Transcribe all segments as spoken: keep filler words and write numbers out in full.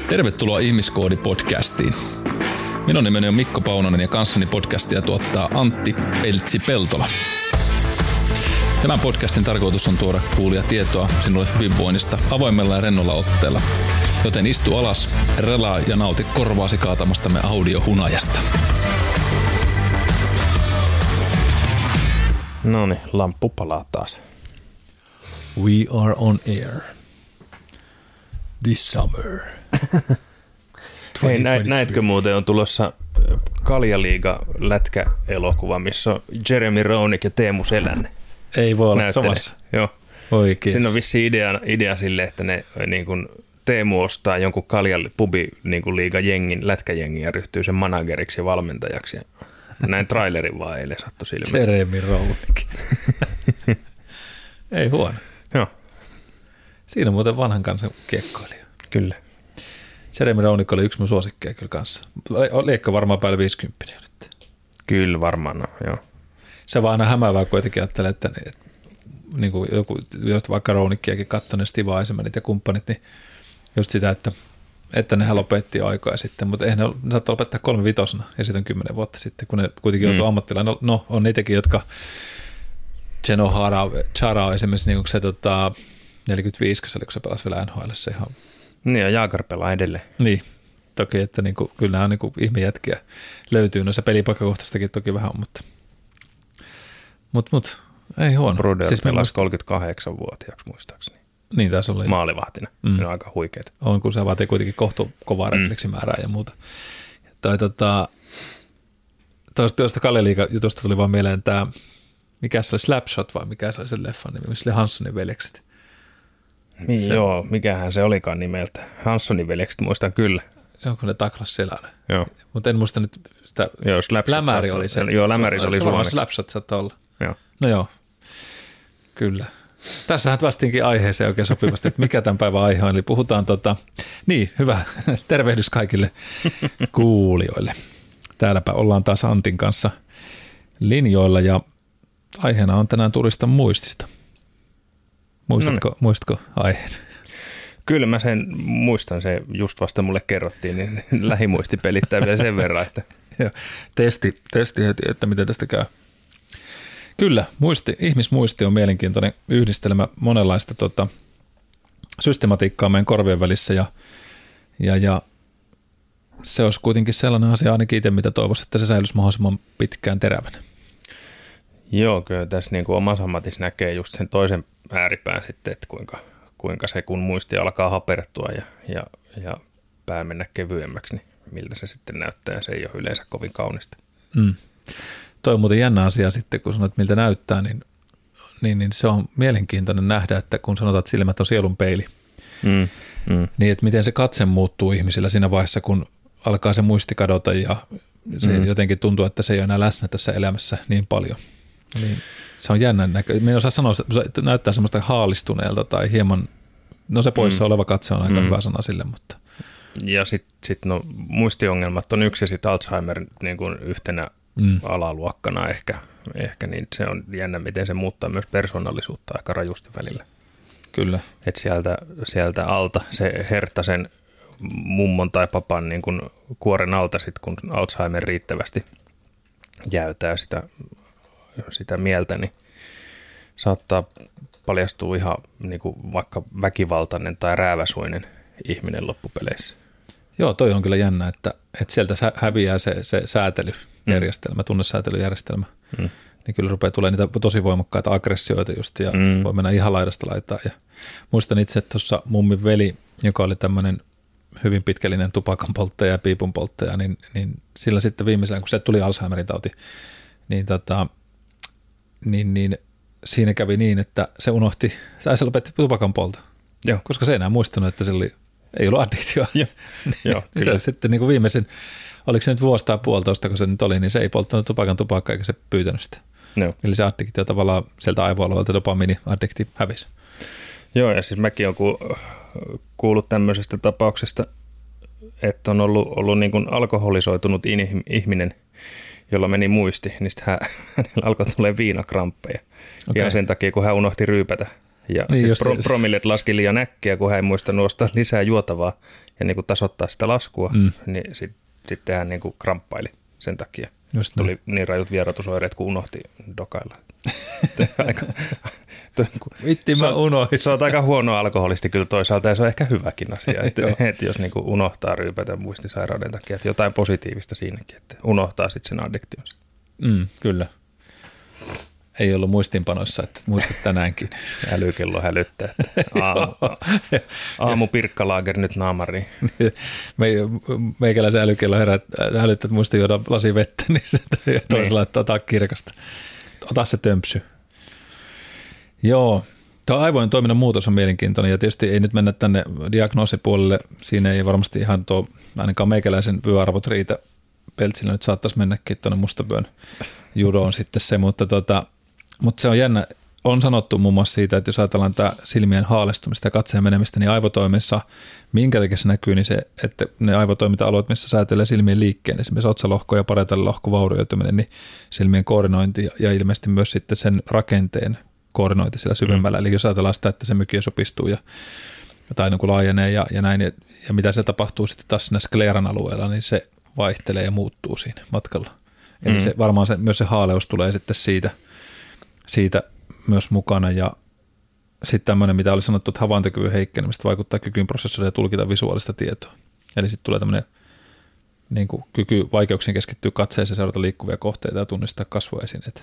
Tervetuloa Ihmiskoodi-podcastiin. Minun nimeni on Mikko Paunonen ja kanssani podcastia tuottaa Antti Peltsi-Peltola. Tämän podcastin tarkoitus on tuoda kuulia tietoa sinulle hyvinvoinnista avoimella ja rennolla otteella. Joten istu alas, relaa ja nauti korvaasi kaatamastamme audiohunajasta. Noniin, lamppu palaa taas. We are on air. This summer. Hei, näetkö muuten on tulossa Kaljaliiga-lätkä-elokuva, missä on Jeremy Roenick ja Teemu Selänne. Ei voi olla samassa. Joo. Oikein. Siinä on vissiin idea, idea sille, että ne, niin kun Teemu ostaa jonkun Kaljan pubi niin liiga-jengin, lätkäjengin ja ryhtyy sen manageriksi ja valmentajaksi. Näin trailerin vaan eilen sattui silmään. Jeremy Roenick. Ei huono. Joo. Siinä on muuten vanhan kansan kiekkoilija. Kyllä. Jeremy Roenick oli yksi mun suosikkeja kyllä kanssa. Liekko varmaan päälle viisikymppinen nyt. Kyllä varmaan, no, joo. Se vaan aina hämäävää kuitenkin ajattelee, että ne, et, niin kuin joku, vaikka Roenickiakin katsoi ne Steve Eisenmanit ja kumppanit, niin just sitä, että, että nehän lopetti aikaa sitten, mutta eihän ne, ne saattoi lopettaa kolme vitosena ja sitten kymmenen vuotta sitten, kun ne kuitenkin joutuu mm. ammattilainen. No, on niitäkin, jotka Geno Chara on esimerkiksi niin kuin se tota, neljäkymmentäviisi, kun se, oli, kun se pelasi vielä N H L:ssä ihan. Niin ja Jaager pelaa edelleen. Niin, toki, että niin kuin, kyllä nämä on niin ihmejätkiä löytyy noissa pelipaikkakohtaistakin toki vähän, mutta mut, mut, ei huono. Bruder siis pelasi muista kolmekymmentäkahdeksanvuotiaaksi muistaakseni. Niin taisi olla. Maalivahtina. Mm. Ne on aika huikeita. On, kun se vaatii kuitenkin kohtu kovaa mm. refleksimäärää ja muuta. Tai tota, tuosta Kaljaliiga-jutusta tuli vaan mieleen tämä, mikä se oli, Slapshot vai mikä se oli sen leffan nimi, missä oli Hanssonin veljekset. Niin se, joo, mikähän se olikaan nimeltä. Hanssonin veljekset muistan kyllä. Joo, kun ne taklas selän. Joo. Mutta en muista nyt sitä. Joo, Lämäri oli se. Joo, Lämäri se oli suomeksi. Slapshot saattaa olla. Joo. No joo, kyllä. Tässähän päästiinkin aiheeseen oikein sopivasti, että mikä tämän päivän aihe on. Eli puhutaan, tota, niin hyvä, tervehdys kaikille kuulijoille. Täälläpä ollaan taas Antin kanssa linjoilla ja aiheena on tänään turistan muistista. Muistatko, no. muistatko aiheen? Kyllä mä sen muistan, se just vasta mulle kerrottiin, niin lähimuisti pelittää vielä sen verran. Että. Joo, testi, testi heti, että miten tästä käy. Kyllä, muisti, ihmismuisti on mielenkiintoinen yhdistelmä monenlaista tota, systematiikkaa meidän korvien välissä ja, ja, ja se olisi kuitenkin sellainen asia ainakin itse, mitä toivoisin, että se säilyisi mahdollisimman pitkään terävänä. Joo, kyllä tässä niin kuin omassa ammatissa näkee just sen toisen ääripään sitten, että kuinka, kuinka se kun muisti alkaa hapertua ja, ja, ja pää mennä kevyemmäksi, niin miltä se sitten näyttää ja se ei ole yleensä kovin kaunista. Mm. Toi on muuten jännä asia sitten, kun sanot, miltä näyttää, niin, niin, niin se on mielenkiintoinen nähdä, että kun sanotaan, että silmät on sielun peili, mm, mm. niin että miten se katse muuttuu ihmisillä siinä vaiheessa, kun alkaa se muisti kadota ja se mm. jotenkin tuntuu, että se ei ole enää läsnä tässä elämässä niin paljon. Niin se on jännä näkö. Me ei osaa sanoa, se näyttää semmoista haalistuneelta tai hieman, no se poissa mm. oleva katse on aika mm. hyvä sana sille, mutta. Ja sitten sit, no, muistiongelmat on yksi ja sitten Alzheimer niin kuin yhtenä mm. alaluokkana ehkä, ehkä, niin se on jännä, miten se muuttaa myös persoonallisuutta aika rajusti välillä. Kyllä. Että sieltä, sieltä alta se herttaisen mummon tai papan niin kuin kuoren alta sitten, kun Alzheimer riittävästi jäytää sitä, sitä mieltä, niin saattaa paljastua ihan niin kuin vaikka väkivaltainen tai rääväsuinen ihminen loppupeleissä. Joo, toi on kyllä jännä, että, että sieltä häviää se, se säätelyjärjestelmä, mm. tunnesäätelyjärjestelmä. Mm. Niin kyllä rupeaa tulee niitä tosi voimakkaita aggressioita just ja mm. voi mennä ihan laidasta laitaan. Ja muistan itse, että tuossa mummin veli, joka oli tämmöinen hyvin pitkällinen tupakan polttaja ja piipun polttaja, niin, niin sillä sitten viimeisellä, kun se tuli Alzheimerin tauti, niin, tota, niin, niin siinä kävi niin, että se unohti, tai se lopetti tupakan polta, Joo. koska se ei enää muistanut, että se oli, ei ollut addiktio. Joo, Joo, niin se sitten niin kuin viimeisen, oliko se nyt vuosi tai puolitoista, kun se nyt oli, niin se ei polttanut tupakan tupakkaa eikä se pyytänyt sitä. Joo. Eli se addiktio tavallaan sieltä aivoalueelta dopamiini-addikti hävisi. Joo, ja siis mäkin olen kuullut tämmöisestä tapauksesta, että on ollut, ollut niin kuin alkoholisoitunut ihminen, jolla meni muisti, niin sitten hän, hänellä alkoi tulee viinakramppeja. Okay. Ja sen takia, kun hän unohti ryypätä Ja niin pro, promillet laski liian äkkiä, kun hän ei muista nostaa lisää juotavaa ja niin kuin tasoittaa sitä laskua, mm. niin sitten sit hän niin kuin kramppaili sen takia. Just tuli näin. Niin rajut vierotusoireet, kun unohti dokailla. aika, Vitti mä unohdin. Se on aika huono alkoholisti kyllä toisaalta ja se on ehkä hyväkin asia, että et jos niinku unohtaa ryypätä muistisairauden takia, että jotain positiivista siinäkin, että unohtaa sitten sen addiktionsa. Mm, kyllä. Ei ollut muistinpanoissa, että muistat tänäänkin. Älykello hälyttää, että aamu, aamu Pirkkalaager nyt naamariin. Me, meikäläisen älykello herät, hälyttää, että muista juoda lasi vettä, niin se toisella laittaa ota kirkasta. Ota se tömpsy. Joo, tuo aivojen toiminnan muutos on mielenkiintoinen ja tietysti ei nyt mennä tänne diagnoosipuolelle. Siinä ei varmasti ihan tuo, ainakaan meikäläisen vyöarvot riitä. Peltsillä nyt saattaisi mennäkin tuonne Mustabyön judoon sitten se, mutta, tota, mutta se on jännä. On sanottu muun muassa siitä, että jos ajatellaan tämä silmien haalestumista ja katseen menemistä, niin aivotoimissa, minkä takia se näkyy, niin se, että ne aivotoiminta-alueet, missä säätelee silmien liikkeen, esimerkiksi otsalohko ja parietallilohko vaurioituminen, niin silmien koordinointi ja ilmeisesti myös sitten sen rakenteen koordinointi siellä syvemmällä. Mm. Eli jos ajatellaan sitä, että se mykiö sopistuu ja, tai niin kuin laajenee ja, ja näin, ja, ja mitä se tapahtuu sitten taas siinä skleeran alueella, niin se vaihtelee ja muuttuu siinä matkalla. Eli mm. se, varmaan se, myös se haaleus tulee sitten siitä, siitä myös mukana ja sitten tämmöinen, mitä oli sanottu, että havaintokyvyn heikkenemistä vaikuttaa kykyyn prosessoida ja tulkita visuaalista tietoa. Eli sitten tulee tämmöinen niin kuin kyky vaikeuksien keskittyä katseeseen, seurata liikkuvia kohteita ja tunnistaa kasvoesineitä.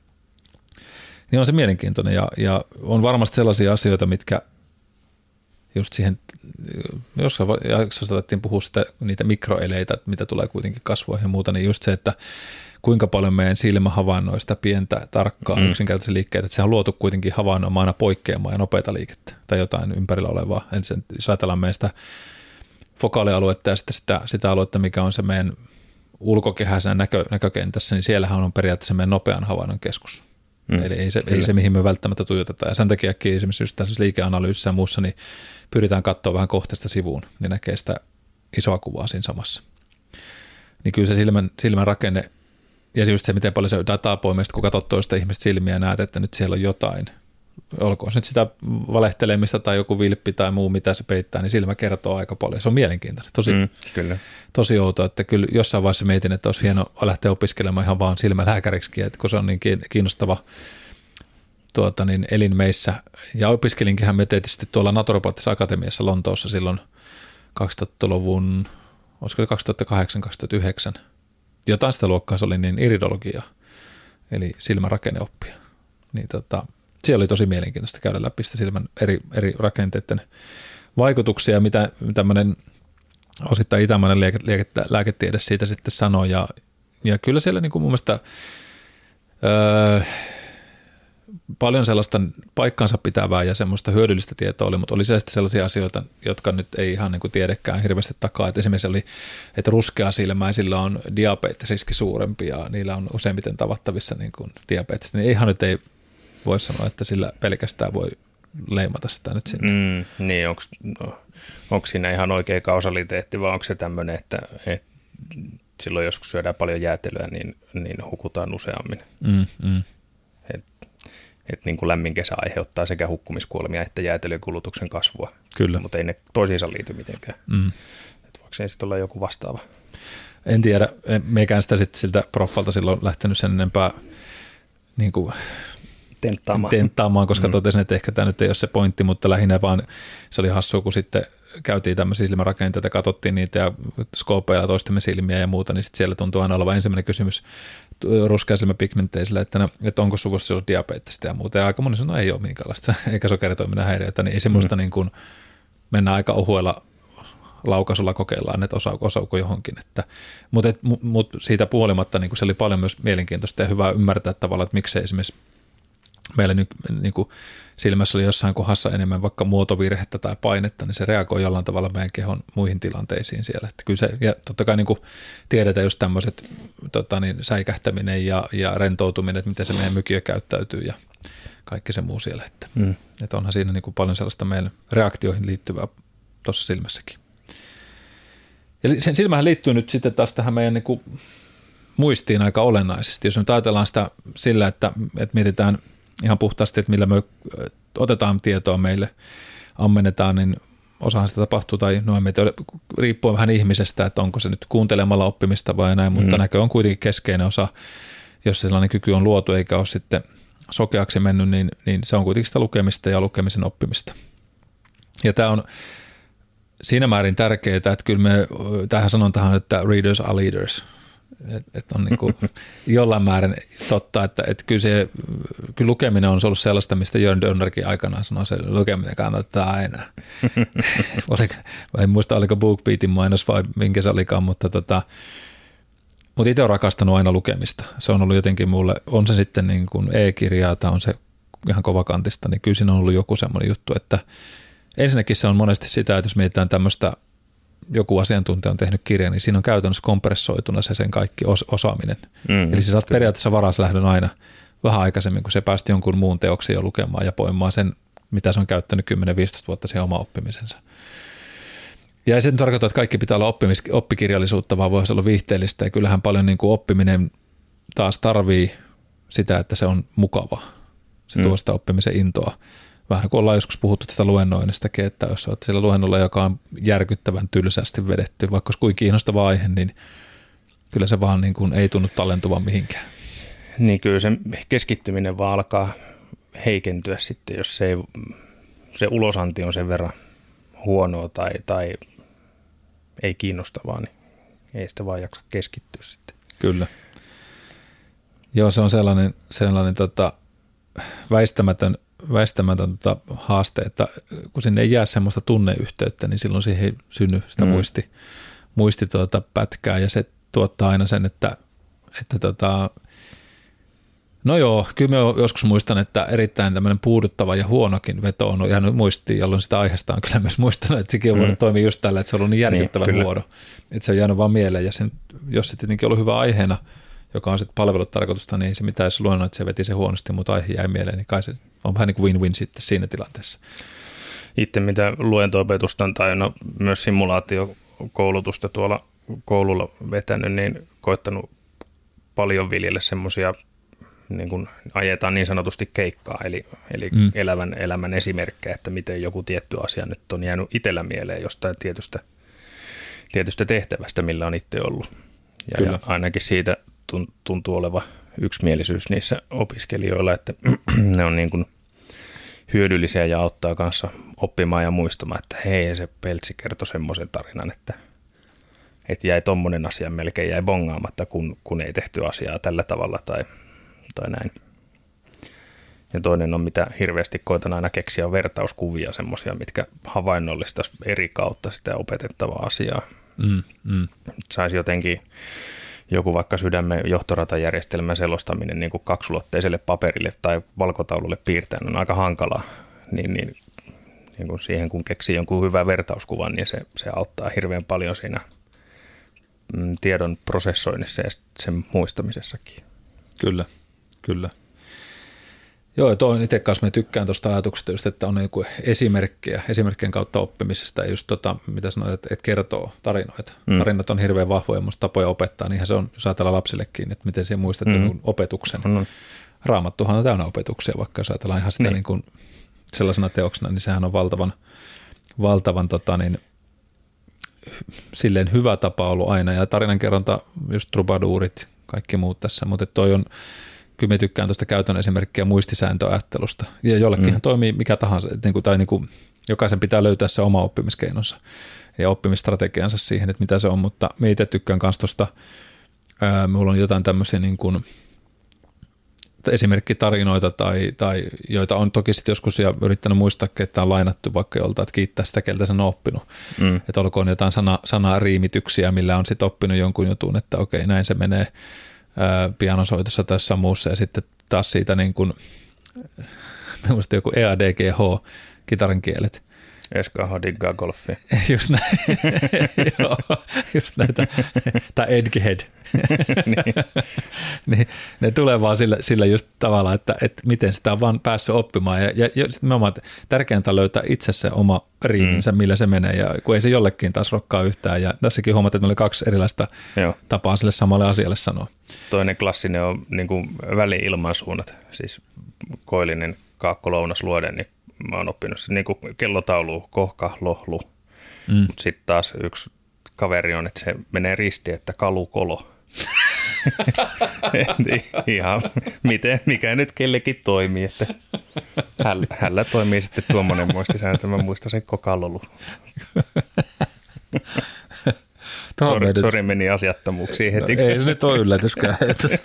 Niin on se mielenkiintoinen ja, ja on varmasti sellaisia asioita, mitkä just siihen, jossain jaksossa taidettiin puhua sitä, niitä mikroeleitä, mitä tulee kuitenkin kasvoihin ja muuta, niin just se, että kuinka paljon meidän silmä havainnoi sitä pientä, tarkkaa, mm. yksinkertaisia liikkeitä, että sehän on luotu kuitenkin havainnoimaan aina poikkeamaa ja nopeata liikettä tai jotain ympärillä olevaa. Ensin, jos ajatellaan meidän sitä fokaalialuetta ja sitten sitä, sitä aluetta, mikä on se meidän ulkokehäisenä näkö, näkökentässä, niin siellähän on periaatteessa meidän nopean havainnon keskus. Mm. Eli ei se, ei se, mihin me välttämättä tuijotetaan. Ja sen takiakin esimerkiksi just tässä liikeanalyysissä ja muussa, niin pyritään katsoa vähän kohteesta sivuun, niin näkee sitä isoa kuvaa siinä samassa. Niin kyllä se silmän, silmän rakenne, ja just se, miten paljon se dataa poimii, kun katsot toista ihmistä silmiä ja näet, että nyt siellä on jotain. Olkoon se nyt sitä valehtelemista tai joku vilppi tai muu, mitä se peittää, niin silmä kertoo aika paljon. Se on mielenkiintoinen. Tosi, mm, kyllä. tosi outoa, että kyllä jossain vaiheessa mietin, että olisi hieno lähteä opiskelemaan ihan vaan silmälääkäriksi, että kun se on niin kiinnostava tuota, niin elin meissä. Ja opiskelinkinhän me tietysti tuolla Naturopaattisessa akatemiassa Lontoossa silloin kaksituhattaluvun, olisiko kaksituhattakahdeksan kaksituhattayhdeksän. Jotain sitä luokkaa se oli niin iridologia, eli silmärakenneoppia. Niin tota, siellä oli tosi mielenkiintoista käydä läpi sitä silmän eri, eri rakenteiden vaikutuksia, mitä tämmöinen osittain itämainen lääke, lääke, lääketiede siitä sitten sanoi. Ja, ja kyllä siellä niin kuin mun mielestä öö, paljon sellaista paikkaansa pitävää ja semmoista hyödyllistä tietoa oli, mutta oli sellaisia asioita, jotka nyt ei ihan niin kuin tiedekään hirveästi takaa. Että esimerkiksi oli, että ruskeasilmäisillä on diabetesriski suurempi ja niillä on useimmiten tavattavissa niin kuin diabetesta. Niin ihan nyt ei voi sanoa, että sillä pelkästään voi leimata sitä nyt sinne. Mm, niin, onko no, siinä ihan oikea kausaliteetti vai onko se tämmöinen, että, että silloin joskus syödään paljon jäätelöä, niin, niin hukutaan useammin. Mm, mm. Et, et niin kuin lämmin kesä aiheuttaa sekä hukkumiskuolemia että jäätelön kulutuksen kasvua. Kyllä. Mutta ei ne toisiinsa liity mitenkään. Mm. Et voiko se sitten olla joku vastaava? En tiedä. Meikään sitä sitten siltä proffalta silloin lähtenyt sen enempää niin kuin tenttaamaan. tenttaamaan, koska mm. totesin, että ehkä tämä nyt ei ole se pointti, mutta lähinnä vaan se oli hassua, kun sitten käytiin tämmöisiä silmärakenteita, katsottiin niitä ja skoopeilla toistemme silmiä ja muuta, niin sitten siellä tuntuu aina olevan ensimmäinen kysymys ruskeasilmäpigmenteisillä, että, ne, että onko suvussa ollut diabetesta ja muuta. Ja aika moni sanoo, että ei ole minkäänlaista, eikä sokeritoiminnan häiriötä, niin ei semmoista mm. niin kuin mennään aika ohuella laukaisulla kokeillaan, että osauko, osauko johonkin. Että, mutta, et, mutta siitä puolimatta niin kuin se oli paljon myös mielenkiintoista ja hyvä ymmärtää tavallaan, että miksei esimerkiksi meillä nyt niin kuin silmässä oli jossain kohdassa enemmän vaikka muotovirhettä tai painetta, niin se reagoi jollain tavalla meidän kehon muihin tilanteisiin siellä. Että kyllä se, ja totta kai niin kuin tiedetään just tämmöiset tota niin, säikähtäminen ja, ja rentoutuminen, että miten se meidän mykiö käyttäytyy ja kaikki se muu siellä. Että, mm. että onhan siinä niin kuin paljon sellaista meidän reaktioihin liittyvää tuossa silmässäkin. Ja sen silmähän liittyy nyt sitten taas tähän meidän niin kuin muistiin aika olennaisesti. Jos nyt ajatellaan sitä sillä, että, että mietitään ihan puhtaasti, että millä me otetaan tietoa meille, ammennetaan, niin osahan sitä tapahtuu, tai noin meitä riippuu vähän ihmisestä, että onko se nyt kuuntelemalla oppimista vai näin, mutta mm. näkö on kuitenkin keskeinen osa, jos sellainen kyky on luotu eikä ole sitten sokeaksi mennyt, niin, niin se on kuitenkin sitä lukemista ja lukemisen oppimista. Ja tämä on siinä määrin tärkeää, että kyllä me, tähän sanon tähän, että readers are leaders, että et on niin kuin jollain määrin totta, että et kyllä, se, kyllä lukeminen on ollut sellaista, mistä Jörn Dönnerkin aikanaan sanoi, että lukeminen kannattaa aina. Oliko, en muista, oliko BookBeatin mainos vai minkä se olikaan, mutta, tota, mutta itse olen rakastanut aina lukemista. Se on ollut jotenkin mulle, on se sitten niin kuin e-kirjaa tai on se ihan kovakantista, niin kyllä siinä on ollut joku semmoinen juttu, että ensinnäkin se on monesti sitä, että jos mietitään tämmöistä, joku asiantuntija on tehnyt kirjan, niin siinä on käytännössä kompressoituna se sen kaikki os- osaaminen. Mm, Eli sä saat kyllä. periaatteessa varaslähdön aina vähän aikaisemmin, kun se päästi jonkun muun teoksen jo lukemaan ja poimaan sen, mitä se on käyttänyt kymmenen viisitoista vuotta siihen oma oppimisensa. Ja ei se nyt tarkoita, että kaikki pitää olla oppimis- oppikirjallisuutta, vaan voisi olla viihteellistä. Ja kyllähän paljon niin kuin oppiminen taas tarvii sitä, että se on mukava. Se mm. tuo sitä oppimisen intoa. Vähän kuin ollaan joskus puhuttu tästä luennoinnistakin, että jos olet siellä luennolla, joka on järkyttävän tylsästi vedetty, vaikka olisi kuin kiinnostava aihe, niin kyllä se vaan niin kuin ei tunnu tallentuvan mihinkään. Niin kyllä se keskittyminen vaan alkaa heikentyä sitten, jos se, ei, se ulosanti on sen verran huonoa tai, tai ei kiinnostavaa, niin ei sitä vaan jaksa keskittyä sitten. Kyllä. Joo, se on sellainen, sellainen tota, väistämätön, väistämätön tota, haaste, että kun sinne ei jää semmoista tunneyhteyttä, niin silloin siihen ei synny sitä mm. muisti, muisti tuota, pätkää ja se tuottaa aina sen, että, että tota, no joo, kyllä mä joskus muistan, että erittäin tämmöinen puuduttava ja huonokin veto on jäänyt muistiin, jolloin sitä aiheesta on kyllä myös muistanut, että sekin on voinut mm. toimia just tällä, että se on ollut niin järkyttävä niin, muodo, että se on jäänyt vaan mieleen ja sen, jos se tietenkin ollut hyvä aiheena, joka on sitten palvelut tarkoitusta, niin ei se mitään, jos luennon, että se veti se huonosti, mutta aihe jäi mieleen, niin kai se on vähän niin kuin win-win sitten siinä tilanteessa. Itse mitä luento-opetusta tai no, myös simulaatiokoulutusta tuolla koululla vetänyt, niin koittanut paljon viljellä semmoisia, niin kuin ajetaan niin sanotusti keikkaa, eli, eli mm. elävän elämän esimerkkejä, että miten joku tietty asia nyt on jäänyt itsellä mieleen jostain tietystä, tietystä tehtävästä, millä on itse ollut. Ja, ja ainakin siitä tuntuu oleva yksimielisyys niissä opiskelijoilla, että ne on niin kuin hyödyllisiä ja auttaa kanssa oppimaan ja muistamaan, että hei, se Peltsi kertoi semmoisen tarinan, että, että jäi tommonen asia melkein jäi bongaamatta, kun, kun ei tehty asiaa tällä tavalla tai, tai näin. Ja toinen on, mitä hirveästi koitan aina keksiä, on vertauskuvia, semmoisia, mitkä havainnollistaisi eri kautta sitä opetettavaa asiaa. Mm, mm. Saisi jotenkin joku vaikka sydämen johtoratajärjestelmän selostaminen niin kuin kaksulotteiselle paperille tai valkotaululle piirtäen on aika hankalaa, niin, niin, niin kuin siihen kun keksii jonkun hyvän vertauskuvan, niin se, se auttaa hirveän paljon siinä mm, tiedon prosessoinnissa ja sen muistamisessakin. Kyllä, kyllä. Joo, ja toi itse kanssa mä tykkään tuosta ajatuksesta just, että on joku esimerkkejä, esimerkkien kautta oppimisesta ja just tota, mitä sanoit, että, että kertoo tarinoita. Mm. Tarinat on hirveän vahvoja, musta tapoja opettaa, niinhän se on, jos ajatellaan lapsillekin, että miten siihen muistat mm. opetuksen. Mm. Raamattuhan on täynnä opetuksia, vaikka jos ajatellaan ihan sitä niin. Niin kuin sellaisena teoksena, niin sehän on valtavan, valtavan tota niin, silleen hyvä tapa ollut aina ja tarinankerronta, just trubaduurit, kaikki muut tässä, mutta toi on kyllä mä tykkään tuosta käytännön esimerkkiä muistisääntöajattelusta. Ja jollekinhan mm. toimii mikä tahansa, niin kuin, tai niin kuin, jokaisen pitää löytää se oma oppimiskeinonsa ja oppimisstrategiansa siihen, että mitä se on, mutta mä itse tykkään myös tuosta, ää, mulla on jotain tämmöisiä niin kuin esimerkkitarinoita, tai, tai joita on toki sitten joskus ja yrittänyt muistaa, että on lainattu vaikka jolta, että kiittää sitä, keltä sen on oppinut. Mm. Että olkoon jotain sana, sanariimityksiä, millä on sitten oppinut jonkun jutun, että okei, näin se menee pianosoitossa tai jossain muussa ja sitten taas siitä niin kuin, mielestäni joku E A D G H, kitaran kielet. Eskaha diggaa golfia. Just näin, joo, just näitä, tai Edgehead. niin. niin, ne tulee vaan sillä, sillä just tavalla, että, että miten sitä on vaan päässyt oppimaan ja, ja, ja sitten me omat, tärkeintä on löytää itse se oma riiminsä, mm. millä se menee ja kun ei se jollekin taas rokkaa yhtään ja tässäkin huomataan, että meillä oli kaksi erilaista joo. tapaa sille samalle asialle sanoa. Toinen klassinen on niin kuin väli-ilmansuunnat, siis koillinen kaakko-lounasluoden, niin mä oon oppinut se niin kuin kellotaulu, kohka, lohlu, mm. mutta sitten taas yksi kaveri on, että se menee ristiin, että kalukolo. Ihan miten, mikä nyt kellekin toimii, että hällä, hällä toimii sitten tuommoinen muistisääntö, mä muistan sen kokalolu. Sori, sori meni asiattomuuksiin heti. No, ei se nyt ole yllätyskään.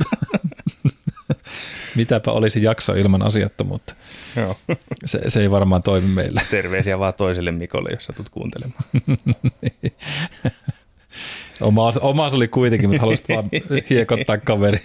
Mitäpä olisi jakso ilman asiattomuutta. Joo. Se, se ei varmaan toimi meillä. Terveisiä vaan toiselle Mikolle, jos sä tulet kuuntelemaan. Oma, omas oli kuitenkin, mutta haluaisit vaan hiekottaa kaveri.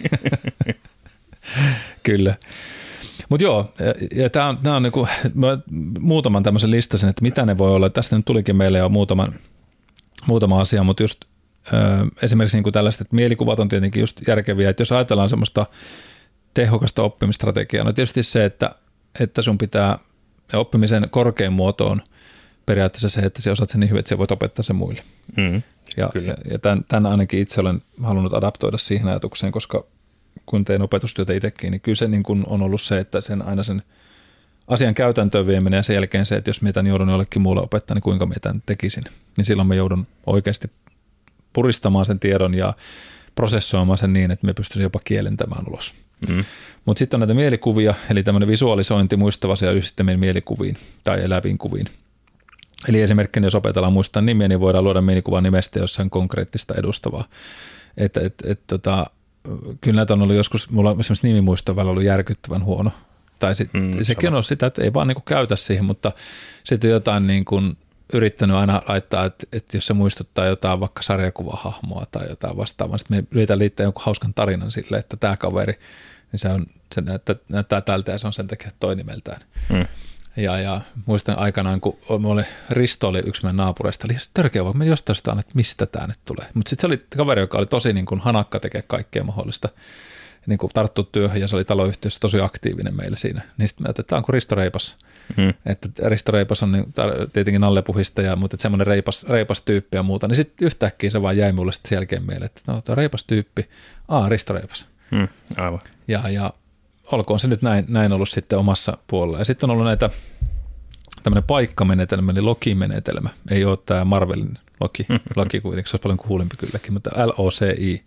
Kyllä. Mutta joo, ja tämä on, tää on niinku, mä muutaman tämmöisen listasin, että mitä ne voi olla. Tästä nyt tulikin meille jo muutaman, muutama asia, mutta just ö, esimerkiksi niinku tällaiset, että mielikuvat on tietenkin just järkeviä. Että jos ajatellaan semmoista tehokasta oppimistrategiaa, no tietysti se, että, että sun pitää oppimisen korkein muoto on periaatteessa se, että sä osaat sen niin hyvin, että sä voit opettaa sen muille. Mm, ja ja, ja tämän, tämän ainakin itse olen halunnut adaptoida siihen ajatukseen, koska kun teen opetustyötä itsekin, niin kyllä se niin kuin on ollut se, että sen aina sen asian käytäntöön vieminen ja sen jälkeen se, että jos meitä joudun jollekin muulle opettaa, niin kuinka meitä tekisin, niin silloin me joudun oikeasti puristamaan sen tiedon ja prosessoimaan sen niin, että me pystyisin jopa kielentämään ulos. Mm. Mutta sitten on näitä mielikuvia, eli tämmöinen visualisointi muistavasi ja yhdistelmien mielikuviin tai eläviin kuviin. Eli esimerkkinä, jos opetellaan muistaa nimiä, niin voidaan luoda mielikuva nimestä jossain konkreettista edustavaa. Että et, et, tota, kyllä näitä on ollut joskus, mulla on esimerkiksi nimimuisto on välillä ollut järkyttävän huono. Tai sit, mm, sekin on ollut sitä, että ei vaan niinku käytä siihen, mutta sitten jotain niin kuin yrittänyt aina laittaa, että, että jos se muistuttaa jotain vaikka sarjakuvahahmoa tai jotain vastaavaa, sitten me yritetään liittää jonkun hauskan tarinan sille, että tämä kaveri, niin se, on, se näyttää, näyttää tältä ja se on sen takia toi nimeltään. Mm. Ja, ja muistan aikanaan, kun oli, Risto oli yksi meidän naapureista, eli törkeä, vaan me jostain sitä, että mistä tämä nyt tulee. Mutta sitten se oli kaveri, joka oli tosi niin kuin hanakka tekee kaikkea mahdollista, niin kuin tarttu työhön, ja se oli taloyhtiössä tosi aktiivinen meillä siinä. Niin sitten me ajattelin, että tämä on kuin Risto Reipas. Hmm. Että Risto Reipas on niin, tietenkin nallepuhistaja, mutta semmoinen reipas, reipas tyyppi ja muuta. Niin sitten yhtäkkiä se vaan jäi mulle sitten sen jälkeen meille, että no tuo reipas tyyppi, aa Risto Reipas. Hmm. Aivan. Ja, ja olkoon se nyt näin, näin ollut sitten omassa puolella. Ja sitten on ollut näitä tämmöinen paikkamenetelmä, eli Loki-menetelmä. Ei ole tämä Marvelin Loki, Loki kuitenkin, se olisi paljon kuulempi kylläkin, mutta L O C I.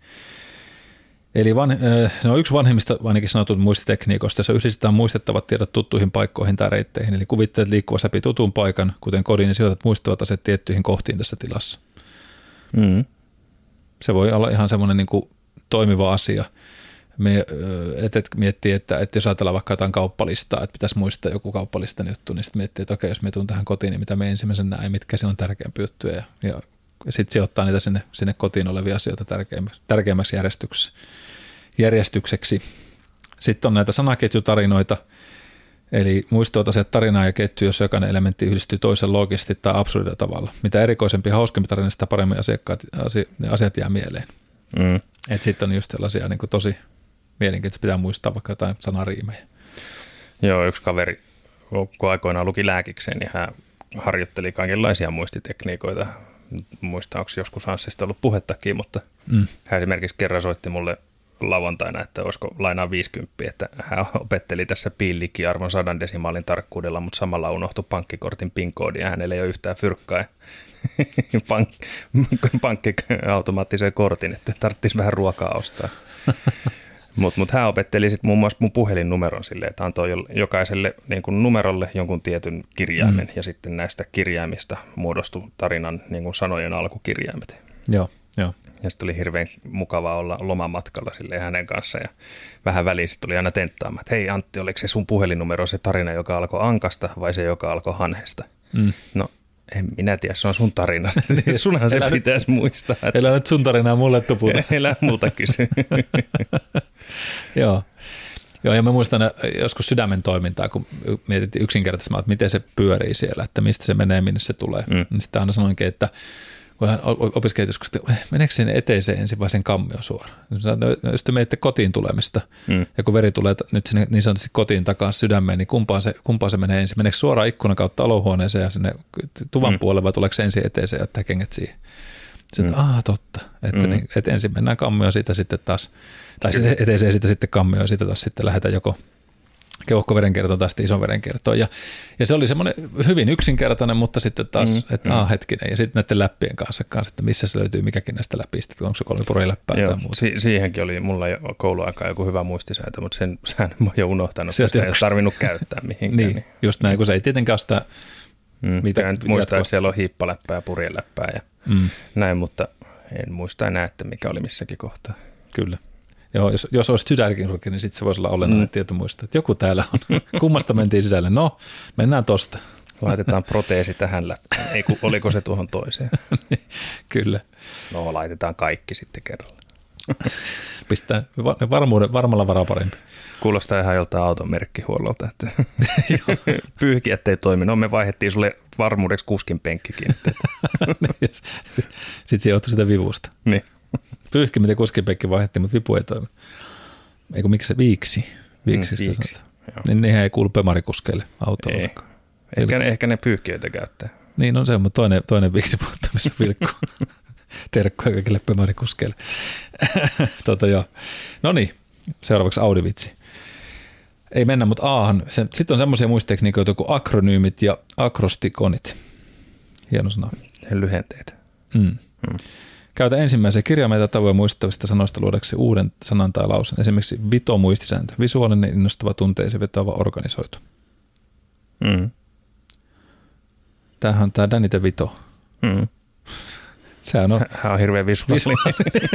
Eli van, ne on yksi vanhimmista ainakin sanotut muistitekniikoista, jossa yhdistetään muistettavat tiedot tuttuihin paikkoihin tai reitteihin. Eli kuvitteet liikkuvassa läpi tutun paikan, kuten kodin, ja sijoitat muistavat asiat tiettyihin kohtiin tässä tilassa. Mm. Se voi olla ihan semmoinen niin kuin toimiva asia. Me et, et miettii, että, että jos ajatellaan vaikka jotain kauppalistaa, että pitäisi muistaa joku kauppalistan juttu, niin sitten miettii, että okei, jos me tuun tähän kotiin, niin mitä me ensimmäisen näin, mitkä siellä on tärkeämpiä juttuja. Ja, ja sitten sijoittaa niitä sinne, sinne kotiin olevia asioita tärkeämmäksi, tärkeämmäksi järjestykseksi, järjestykseksi. Sitten on näitä sanaketjutarinoita, eli muistavat asiat tarinaa ja ketju, jos jokainen elementti yhdistyy toisen loogisesti tai absurdilla tavalla. Mitä erikoisempi, hauskempi tarina, sitä paremmin asiakkaat, asiat jää mieleen. Mm. Että sitten on just sellaisia niin kuin tosi mielenkiintoista, pitää muistaa vaikka jotain sanariimejä. Joo, yksi kaveri, kun aikoinaan luki lääkikseen, niin hän harjoitteli kaikenlaisia muistitekniikoita. Muistan, onko joskus Hanssista ollut puhettakin, mutta mm. hän esimerkiksi kerran soitti mulle lauantaina, että olisiko lainaa viisikymmentä, että hän opetteli tässä piillikiarvon sadan desimaalin tarkkuudella, mutta samalla unohtui pankkikortin PIN-koodi ja hänellä ei ole yhtään fyrkkaa. Pank, pankkiautomaattiseen kortin, että tarvitsisi vähän ruokaa ostaa. Mutta mut hän opetteli sitten muun muassa mun puhelinnumeron silleen, että antoi jokaiselle niin kun numerolle jonkun tietyn kirjaimen mm. ja sitten näistä kirjaimista muodostui tarinan niin kun sanojen alkukirjaimet. Joo, joo. Ja sitten oli hirveän mukavaa olla lomamatkalla silleen hänen kanssaan ja vähän väliin sitten tuli aina tenttaamaan, että hei Antti, oliko se sun puhelinnumero se tarina, joka alkoi ankasta vai se, joka alkoi hanhesta? Mm. No en minä tiedä, se on sun tarina. Sunhan se elä pitäisi nyt muistaa. Että elä nyt sun tarinaa mulle tuputa. Elä multa kysy. Joo. Joo, ja mä muistan joskus sydämen toimintaa, kun mietittiin yksinkertaisesti, että miten se pyörii siellä, että mistä se menee, minne se tulee. Mm. Niin sitten aina sanoinkin, että kun hän opiskeli joskus, että meneekö sen eteiseen ensin vai sen kammioon suoraan? No, jos te menette kotiin tulemista, mm. ja kun veri tulee nyt sinne niin sanotusti kotiin takaisin sydämeen, niin kumpaan se, kumpaan se menee ensin? Meneekö suoraan ikkunan kautta olohuoneeseen ja sinne tuvan mm. puolelle, vai tuleeko se ensin eteiseen ja ottaa kengät siihen? Sitten, mm. aah totta, että, mm. niin, että ensin mennään kammioon, siitä sitten taas, tai Kyllä. eteiseen siitä sitten kammioon, ja siitä taas sitten lähdetään joko keuhkoverenkierto tai sitten isoverenkierto. Ja, ja se oli semmoinen hyvin yksinkertainen, mutta sitten taas, mm, että mm. aah hetkinen, ja sitten näiden läppien kanssa, kanssa, että missä se löytyy mikäkin näistä läpistä, onko se kolme puriläppää tai muuta. Si- siihenkin oli mulla jo kouluaikaan joku hyvä muistisääntö, mutta sen sään mä oon jo unohtanut, koska sitä ei ole tarvinnut käyttää mihinkään. niin, niin, just näin, kun se ei tietenkään ole sitä... Mm, mitä nyt muistaa, että siellä on hiippaläppää ja purjeläppää ja mm. näin, mutta en muista enää, että mikä oli missäkin kohtaa. Kyllä. Joo, jos, jos olisi sydänkirurgi, niin sitten se voisi olla olennainen mm. tieto muistaa, että joku täällä on. Kummasta mentiin sisälle? No, mennään tosta. Laitetaan proteesi tähän läppään. Ei, oliko se tuohon toiseen? Kyllä. No, laitetaan kaikki sitten kerralla. Pistää varmuuden, varmalla varaa parempi. Kuulostaa ihan joltain auton merkkihuollolta, että pyyhki, ettei toimi. No, me vaihdettiin sulle varmuudeksi kuskin penkkikin. Sitten sit se johtui sitä vivusta. Niin. Pyyhki, miten kuskin penkki vaihdettiin, mutta vipu ei toimi. Eikö miksi se viiksi? Viiksi, mm, viiksi. Niin nehän ei kuulu pemarikuskeille autoon. Ei. Ehkä, ehkä ne pyyhkiöitä käyttää. Niin on se, mutta toinen, toinen viiksi puhuttaa, missä vilkkuu. Terkkoja kaikille pemarikuskeille. tota, joo. No niin, seuraavaksi Audi-vitsi. Ei mennä, mutta Ahan. Sitten on semmoisia muistitekniikoita kuin akronyymit ja akrostikonit. Hieno sana. Lyhenteitä. Mm. Mm. Käytä ensimmäisiä kirjaimeita tavoja muistavista sanoista luodaksi uuden sanan tai lausen. Esimerkiksi vito-muistisääntö. Visuaalinen, innostava, tunteisiin vetoava, organisoitu. Mm. Tämähän on tämä Danny DeVito. Mm. Sehän on, Hän on hirveän visuaalinen.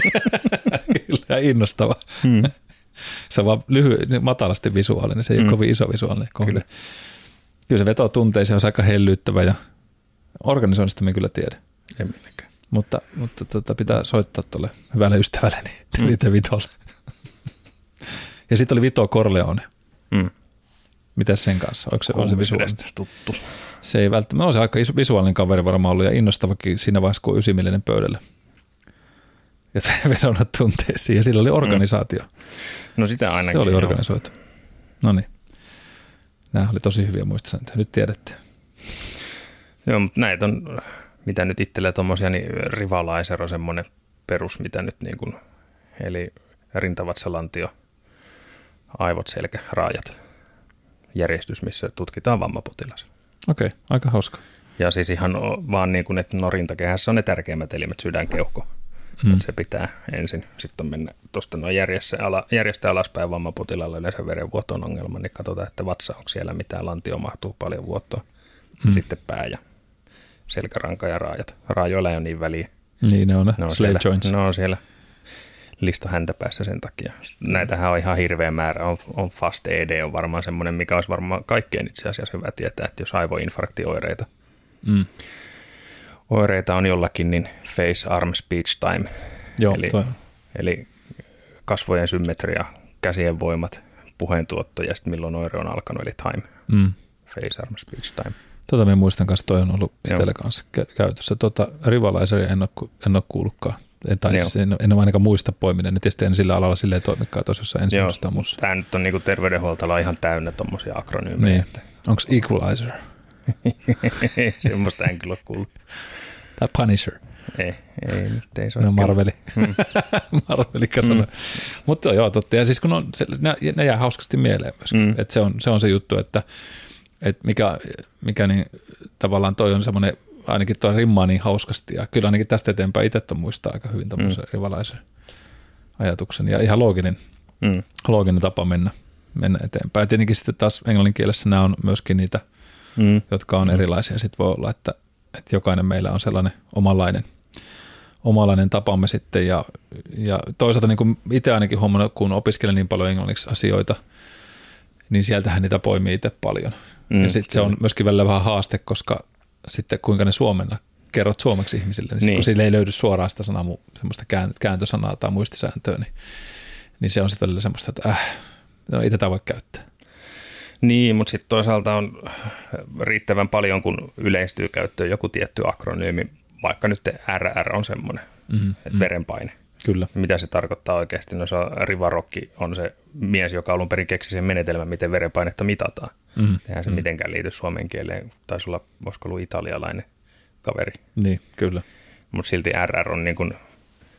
Kyllä, innostava. Mm. Se on vaan lyhy- matalasti visuaalinen, se ei mm. ole kovin iso visuaalinen kohde. Kyllä. Kyllä se vetoo tunteisiin, on aika hellyyttävä ja organisoinnista me kyllä tiedä. En minäkään. Mutta, mutta tota, pitää soittaa tuolle hyvälle ystävälleni, mm. Vitolle. Ja sitten oli Vito Corleone. Mm. Mitäs sen kanssa? Onko se, on se visuaalinen? Tuttu. Se ei välttämättä, on se aika iso, visuaalinen kaveri varmaan ollut ja innostavakin siinä vaiheessa, kun on ysimillinen pöydällä. Ja vedonnut tunteisiin ja sillä oli organisaatio. Mm. No sitä ainakin. Se oli joo. Organisoitu. No niin. Nämä oli tosi hyviä muistisääntöjä. Nyt tiedätte. Joo, mutta näitä on, mitä nyt itselleen tuommoisia, niin Rivalizer on semmoinen perus, mitä nyt niin kuin, eli rintavatsalantio, aivot, selkä, raajat, järjestys, missä tutkitaan vammapotilas. Okei, okay, aika hauska. Ja siis ihan vaan niin kuin, että no rintakehässä on ne tärkeimmät elimet, sydän, keuhko. Mm. Se pitää ensin. Sitten on mennä tuosta noin järjestä, ala, järjestä alaspäin vammapotilaalla yleensä verenvuoton ongelma, niin katsotaan, että vatsa onko siellä mitään, lantio mahtuu paljon vuotoa. Mm. Sitten pää ja selkäranka ja raajat. Raajoilla ei ole niin väliä. Niin ne on ne, ne on slave siellä, joints. Ne on siellä listo häntäpäässä sen takia. Näitähän on ihan hirveä määrä. On, on Fast E D on varmaan semmoinen, mikä olisi varmaan kaikkeen itse asiassa hyvä tietää, että jos aivoinfarktioireita mm. oireita on jollakin, niin face, arm, speech time. Joo, eli, eli kasvojen symmetria, käsien voimat, puheentuotto ja sitten milloin oire on alkanut, eli time. Mm. Face, arm, speech time. Tota minä muistan kanssa, toi on ollut itsellä kanssa käytössä. Tota, Rivalizeria en ole, en ole kuullutkaan. En, tai siis en, en ole ainakaan muista poiminen. Tietysti en sillä alalla silleen toimikaan tuossa jossain ensimmäistä muussa. Tämä nyt on niinku terveydenhuoltolla ihan täynnä tuommoisia akronyymejä. Niin. Onko Equalizer? Semmoista en kyllä kuullut. Tai Punisher. Ei, ei nyt ei se ole. No Marveli. Mm. Marveli kasana. Mm. Mutta joo, totta. Ja siis kun on, se, ne, ne jää hauskasti mieleen myöskin. Mm. Että se, on, se on se juttu, että, että mikä, mikä niin, tavallaan toi on semmoinen, ainakin toi rimmaa niin hauskasti. Ja kyllä ainakin tästä eteenpäin itse on muistaa aika hyvin tämmöisen mm. rivalaisen ajatuksen. Ja ihan looginen, mm. looginen tapa mennä, mennä eteenpäin. Ja tietenkin sitten taas englanninkielessä nämä on myöskin niitä, mm. jotka on erilaisia. Sitten voi olla, että, että jokainen meillä on sellainen omanlainen, omanlainen tapamme sitten. Ja, ja toisaalta niin kuin itse ainakin huomannut, kun opiskelen niin paljon englanniksi asioita, niin sieltähän niitä poimii itse paljon. Mm, ja sitten se on myöskin välillä vähän haaste, koska sitten kuinka ne suomenna kerrot suomeksi ihmisille, niin, niin. kun sille ei löydy suoraan sitä sanaa, semmoista kääntösanaa tai muistisääntöä, niin, niin se on sitten välillä semmoista, että äh, no ei tätä voi käyttää. Niin, mutta sitten toisaalta on riittävän paljon, kun yleistyy käyttöön joku tietty akronyymi, vaikka nyt R R on semmoinen, mm-hmm. että verenpaine. Kyllä. Mitä se tarkoittaa oikeasti? No se on, Rivarokki on se mies, joka alun perin keksi sen menetelmän, miten verenpainetta mitataan. Mm-hmm. Eihän se mm-hmm. mitenkään liity suomen kieleen. Taisi olla, voisiko ollut italialainen kaveri. Niin, kyllä. Mutta silti R R on niin kuin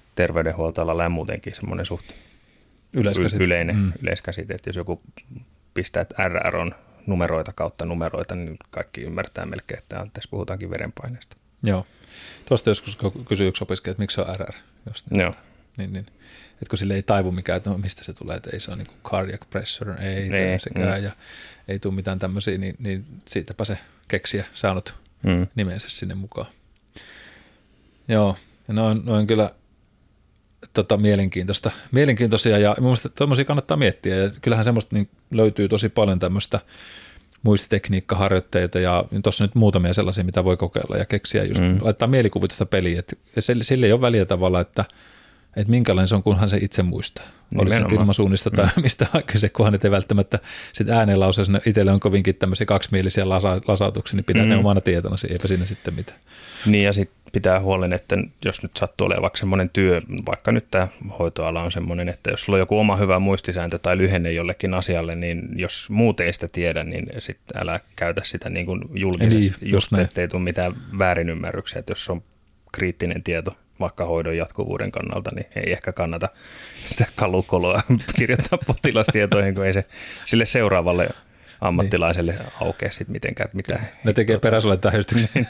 terveydenhuoltoalalla ja muutenkin semmoinen suht yleiskäsite. yleinen mm. yleiskäsite. Että jos joku pistää, että R R on numeroita kautta numeroita, niin kaikki ymmärtää melkein, että tässä puhutaankin verenpaineesta. Joo. Tuosta joskus kysyy yksi opiskelija, että miksi se on R R. Just niin. Joo. Niin, niin. Että kun sille ei taivu mikään, että no, mistä se tulee, että ei se ole niin kuin cardiac pressure, ei, ei sekään, mm. ja ei tule mitään tämmöisiä, niin, niin siitäpä se keksiä saanut mm. nimensä sinne mukaan. Joo, ja noin, noin kyllä tota, mielenkiintoista, mielenkiintoisia, ja mielestäni tuommoisia kannattaa miettiä, ja kyllähän semmoista niin löytyy tosi paljon tämmöistä muistitekniikkaharjoitteita, ja tuossa nyt muutamia sellaisia, mitä voi kokeilla ja keksiä, just mm. laittaa mielikuvitusta peliin, että sille ei ole väliä tavalla, että että minkälainen se on, kunhan se itse muistaa. Oli se ilmasuunnista tai mm. mistä kyse, kunhan ei välttämättä sitten äänenlause, jos ne itselle on kovinkin tämmöisiä kaksimielisiä lasa, lasautuksia, niin pitää mm. ne omana tietona, eipä siinä sitten mitään. Niin ja sitten pitää huolen, että jos nyt sattuu olemaan vaikka semmoinen työ, vaikka nyt tämä hoitoala on semmoinen, että jos sulla on joku oma hyvä muistisääntö tai lyhenne jollekin asialle, niin jos muut ei sitä tiedä, niin sitten älä käytä sitä niin kuin julkisesti, Eli, just ettei tule mitään väärinymmärryksiä, että jos on kriittinen tieto vaikka hoidon jatkuvuuden kannalta, niin ei ehkä kannata sitä kalukoloa kirjoittaa potilastietoihin, kun ei se sille seuraavalle ammattilaiselle niin aukea sitten mitenkään. Mitä ne tekee peräsuolen tähystyksen.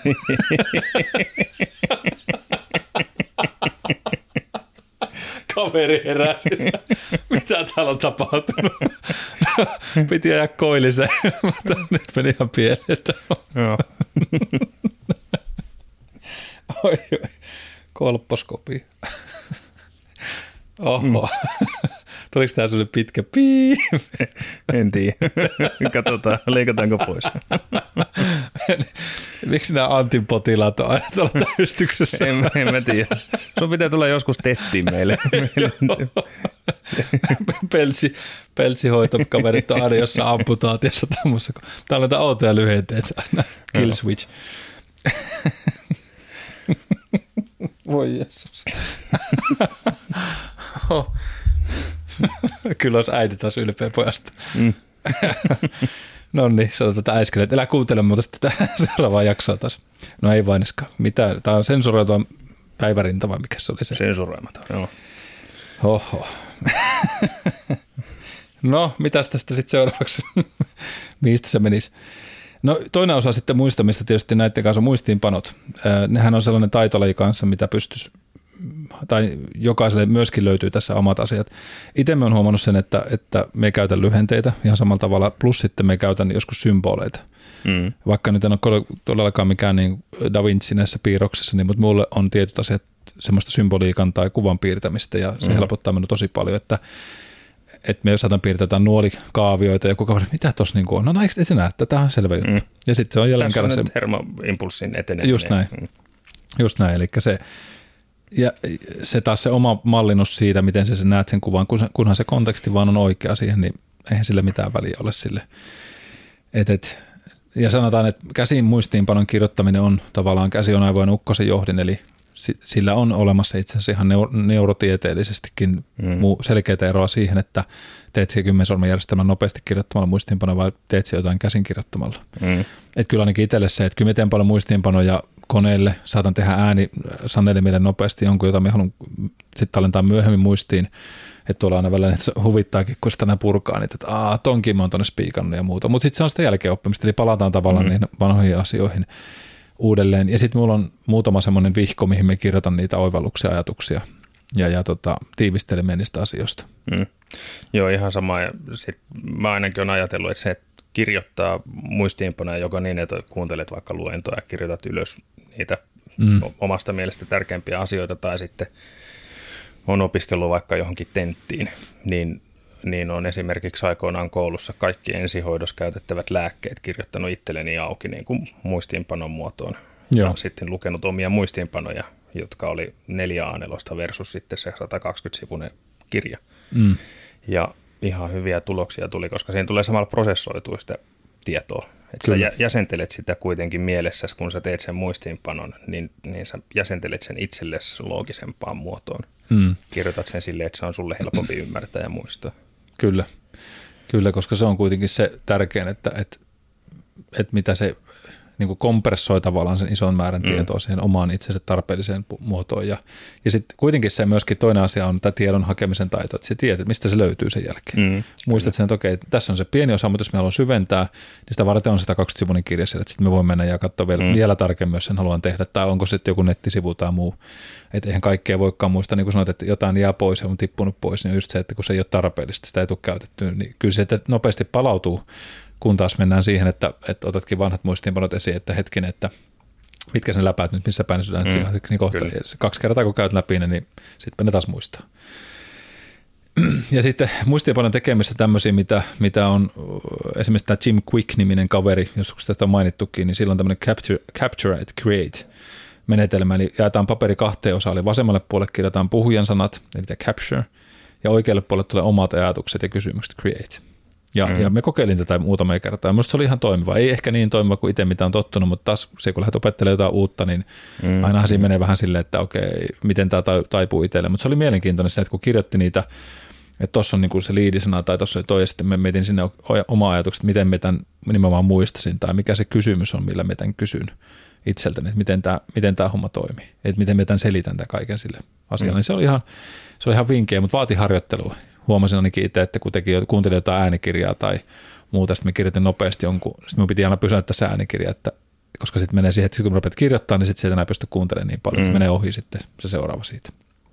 Kaveri herää sitä. Mitä täällä on tapahtunut? Piti ajaa koilliseen, mutta nyt meni ihan pienet. Joo. Oi, oi. Kolpposkopi. Oho. Mm. Tuliko tämä sellainen pitkä pii? En tiedä. Katsotaan, leikataanko pois. Miksi nämä Antin potilaat on aina tuolla täystyksessä? En, en mä tiedä. Sun pitää tulla joskus tettiin meille. Peltsi, peltsihoitokaverit on aina jossain amputaatiossa tämmössä. Täällä on näitä outoja lyhenteitä aina. Kill switch. Voi Jeesus. Oh. Kyllä olisi äiti taas ylpeä pojasta. Mm. No niin, se on tätä äsken, että älä kuuntele muuta tätä seuraavaa jaksoa taas. No ei vainiskaan. Mitä? Tämä on sensuroitua päivärinta vai mikä se oli se? Sensuroimaton, joo. Oho. No, mitäs tästä sitten seuraavaksi? Mistä se menisi? No toinen osa sitten muistamista tietysti näiden kanssa on muistiinpanot. Nehän on sellainen taitolaji kanssa, mitä pystyisi, tai jokaiselle myöskin löytyy tässä omat asiat. Itse me on huomannut sen, että, että me käytän lyhenteitä ihan samalla tavalla, plus sitten me käytän joskus symboleita. Mm. Vaikka nyt en ole todellakaan mikään niin Da Vinci näissä piirroksissa, niin, mutta mulle on tietyt asiat semmoista symboliikan tai kuvan piirtämistä, ja se mm. helpottaa minua tosi paljon, että että me saatan piirtää jotain nuolikaavioita ja joku kaveri, mitä tuossa niin on? No, no eikö et näe, tämä on selvä juttu. Mm. Ja sitten se on jälleen kerran se hermoimpulssin eteneminen. Just näin, mm. just näin, eli se, ja se taas se oma mallinnus siitä, miten sä näet sen kuvan, kunhan se konteksti vaan on oikea siihen, niin eihän sille mitään väliä ole sille. Et, et, ja sanotaan, että käsin muistiinpanon kirjoittaminen on tavallaan käsi on aivojen ukkosen johdin, eli sillä on olemassa itse asiassa ihan neurotieteellisestikin mm. selkeää eroa siihen, että teet siihen kymmensormenjärjestelmän nopeasti kirjoittamalla muistiinpanoja vai teet siihen jotain käsin kirjoittamalla. Mm. Että kyllä ainakin itselle se, että kyllä miten paljon muistiinpanoja koneelle saatan tehdä ääni sanelimille nopeasti jonkun, jota me haluan sitten tallentaa myöhemmin muistiin. Että tuolla aina välillä huvittaakin, kun sitä purkaa, niin että aah, tonkin mä oon tuonne spiikannut ja muuta. Mutta sitten se on sitä jälkeen oppimista, eli palataan tavallaan mm. niihin vanhoihin asioihin uudelleen. Ja sitten mulla on muutama semmoinen vihko, mihin me kirjoitan niitä oivalluksia, ajatuksia ja, ja tota, tiivistelemme niistä asioista. Mm. Joo, ihan sama. Ja sit mä ainakin olen ajatellut, että se että kirjoittaa muistiinpanoja joko niin, että kuuntelet vaikka luentoa ja kirjoitat ylös niitä mm. omasta mielestä tärkeimpiä asioita tai sitten on opiskellut vaikka johonkin tenttiin, niin, niin on esimerkiksi aikoinaan koulussa kaikki ensihoidossa käytettävät lääkkeet kirjoittanut itselleni auki niin kuin muistiinpanon muotoon. Joo. Ja sitten lukenut omia muistiinpanoja, jotka oli neljä aanelosta versus sitten se sata kaksikymmentä-sivuinen kirja. Mm. Ja ihan hyviä tuloksia tuli, koska siinä tulee samalla prosessoitua sitä tietoa. Että sä jäsentelet sitä kuitenkin mielessäsi, kun sä teet sen muistiinpanon, niin, niin sä jäsentelet sen itsellesi loogisempaan muotoon. Mm. Kirjoitat sen silleen, että se on sulle helpompi ymmärtää ja muistaa. Kyllä, Kyllä, koska se on kuitenkin se tärkein, että, että, että mitä se, niin kuin kompressoi tavallaan sen ison määrän mm. tietoa siihen omaan itsensä tarpeelliseen muotoon. Ja, ja sitten kuitenkin se myöskin toinen asia on tämä tiedon hakemisen taito, että sä tiedät, että mistä se löytyy sen jälkeen. Mm. Muistat sen, että okei, tässä on se pieni osa, mutta jos me haluan syventää, niin sitä varten on sata kaksikymmentä sivuinen kirja siellä, että sitten me voimme mennä ja katsoa vielä, mm. vielä tarkemmin, jos sen haluan tehdä, tai onko sitten joku nettisivu tai muu. Että eihän kaikkea voikaan muistaa, niin kuin sanoit, että jotain jää pois ja on tippunut pois, niin just se, että kun se ei ole tarpeellista, sitä ei tule käytettyä, niin kyllä se että nopeasti palautuu, kun taas mennään siihen, että, että otatkin vanhat muistiinpanot esiin, että hetkinen, että mitkä sen läpäät nyt, missä päin sydän, mm, niin kohta, kaksi kertaa kun käyt läpi ne, niin sitten ne taas muistaa. Ja sitten muistiinpanon tekemistä tämmöisiä, mitä, mitä on esimerkiksi tämä Jim Quick-niminen kaveri, joskus tästä on mainittukin, niin silloin tämmöinen capture, capture and create menetelmä, eli jaetaan paperi kahteen osaan, eli vasemmalle puolelle kirjataan puhujan sanat, eli tämä capture, ja oikealle puolelle tulee omat ajatukset ja kysymykset, create. Ja, mm. ja me kokeilin tätä muutamia kertaa, ja minusta se oli ihan toimiva. Ei ehkä niin toimiva kuin itse, mitä on tottunut, mutta taas se, kun lähdet opettelemaan jotain uutta, niin mm. ainahan siinä menee vähän silleen, että okei, miten tämä taipuu itselle. Mutta se oli mielenkiintoinen se, että kun kirjoitti niitä, että tuossa on niinku se liidisana tai tuossa toi, ja sitten me mietin sinne oma ajatukset, miten me tämän nimenomaan muistasin, tai mikä se kysymys on, millä me tämän kysyn itseltäni, että miten tämä, miten tämä homma toimii, että miten me tämän selitän tämän kaiken sille asialle. Mm. Niin se oli ihan, se oli ihan vinkkejä, mutta vaati harjoittelua. Huomasin ainakin itse, että kun teki, kuuntelin jotain äänikirjaa tai muuta, sitten me kirjoitin nopeasti jonkun, sitten minun piti aina pysäyttää se äänikirja, että, koska sitten menee siihen, että kun rupeat kirjoittamaan, niin sitten sieltä enää pysty kuuntelemaan niin paljon, että se menee ohi sitten se seuraava siitä.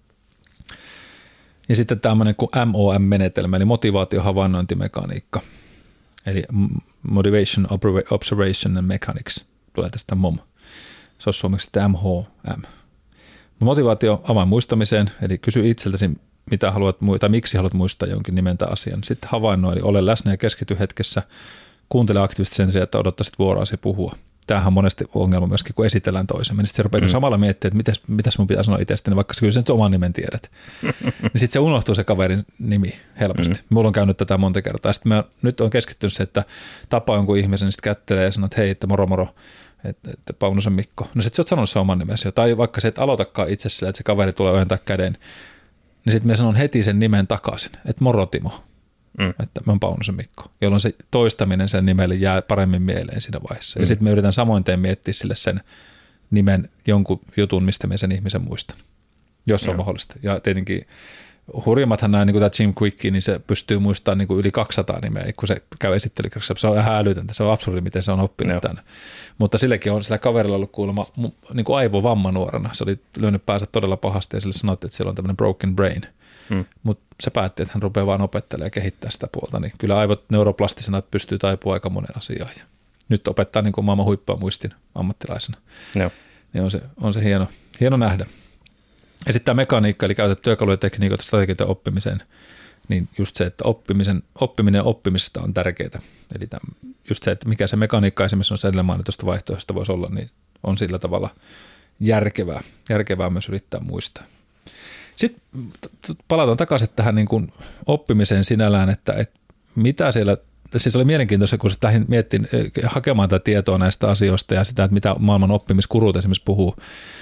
Ja sitten tämmöinen kuin M O M-menetelmä, eli motivaatiohavainnointimekaniikka, eli Motivation, Observation and Mechanics, tulee tästä M O M. Se on suomeksi sitten M H M. Motivaatio avain muistamiseen, eli kysy itseltäsi, mitä haluat, tai miksi haluat muistaa jonkin nimen tai asian. Sitten havainnoi, eli ole läsnä ja keskity hetkessä, kuuntele aktiivisesti sen sijaan, että odottaisit vuoroasi puhua. Tämähän on monesti ongelma myöskin, kun esitellään toisemme. Niin sitten se rupeaa mm. samalla miettimään, että mitäs, mitäs mun pitää sanoa itsestäni, vaikka kyllä sen oman nimen tiedät. niin sitten se unohtuu se kaverin nimi helposti. Mm. Mulla on käynyt tätä monta kertaa. Sitten mä nyt on keskittynyt se, että tapaa jonkun ihmisen, niin sitten kättelee ja sanoo, että hei, että moro moro. Että, että Paunusen Mikko. No sitten sä oot sanonut se oman nimesi jo. Tai vaikka se, että aloitakaan itse sillä, että se kaveri tulee ojentaa käden. Niin sitten mä sanon heti sen nimen takaisin, että moro Timo, mm. että mä oon Paunusen Mikko, jolloin se toistaminen sen nimelle jää paremmin mieleen siinä vaiheessa. Mm. Ja sitten me yritän samoin teen miettiä sille sen nimen jonkun jutun, mistä me sen ihmisen muistan, jos on no. mahdollista. Ja tietenkin hurjimmathan näin, niin kuin tämä Jim Quick, niin se pystyy muistamaan niin kuin yli kaksisataa nimeä, kun se käy esittelykerroksessa. Se on ihan älytöntä, se on absurdi, miten se on oppinut no. tämän. Mutta silläkin on sillä kaverilla ollut kuulemma niin kuin aivovamma nuorena. Se oli lyönyt päänsä todella pahasti ja sille sanottiin, että siellä on tämmöinen broken brain. Hmm. Mutta se päätti, että hän rupeaa vaan opettelemaan ja kehittää sitä puolta. Niin kyllä aivot neuroplastisena pystyy taipumaan aika monen asiaan. Ja nyt opettaa niin kuin maailman huippua muistin ammattilaisena. No. Niin on se, on se hieno, hieno nähdä. Ja sitten tämä mekaniikka, eli käytetty työkaluja, tekniikoita, strategioita oppimiseen, niin just se, että oppimisen, oppiminen oppimisesta on tärkeää. Eli tämän, just se, että mikä se mekaniikka esimerkiksi on sedellä mainitusta vaihtoehdosta voisi olla, niin on sillä tavalla järkevää, järkevää myös yrittää muistaa. Sitten palataan takaisin tähän niin kuin oppimiseen sinällään, että, että mitä siellä, siis oli mielenkiintoista, kun lähdin miettimään, hakemaan tätä tietoa näistä asioista ja sitä, että mitä maailman oppimiskuruut esimerkiksi puhuu,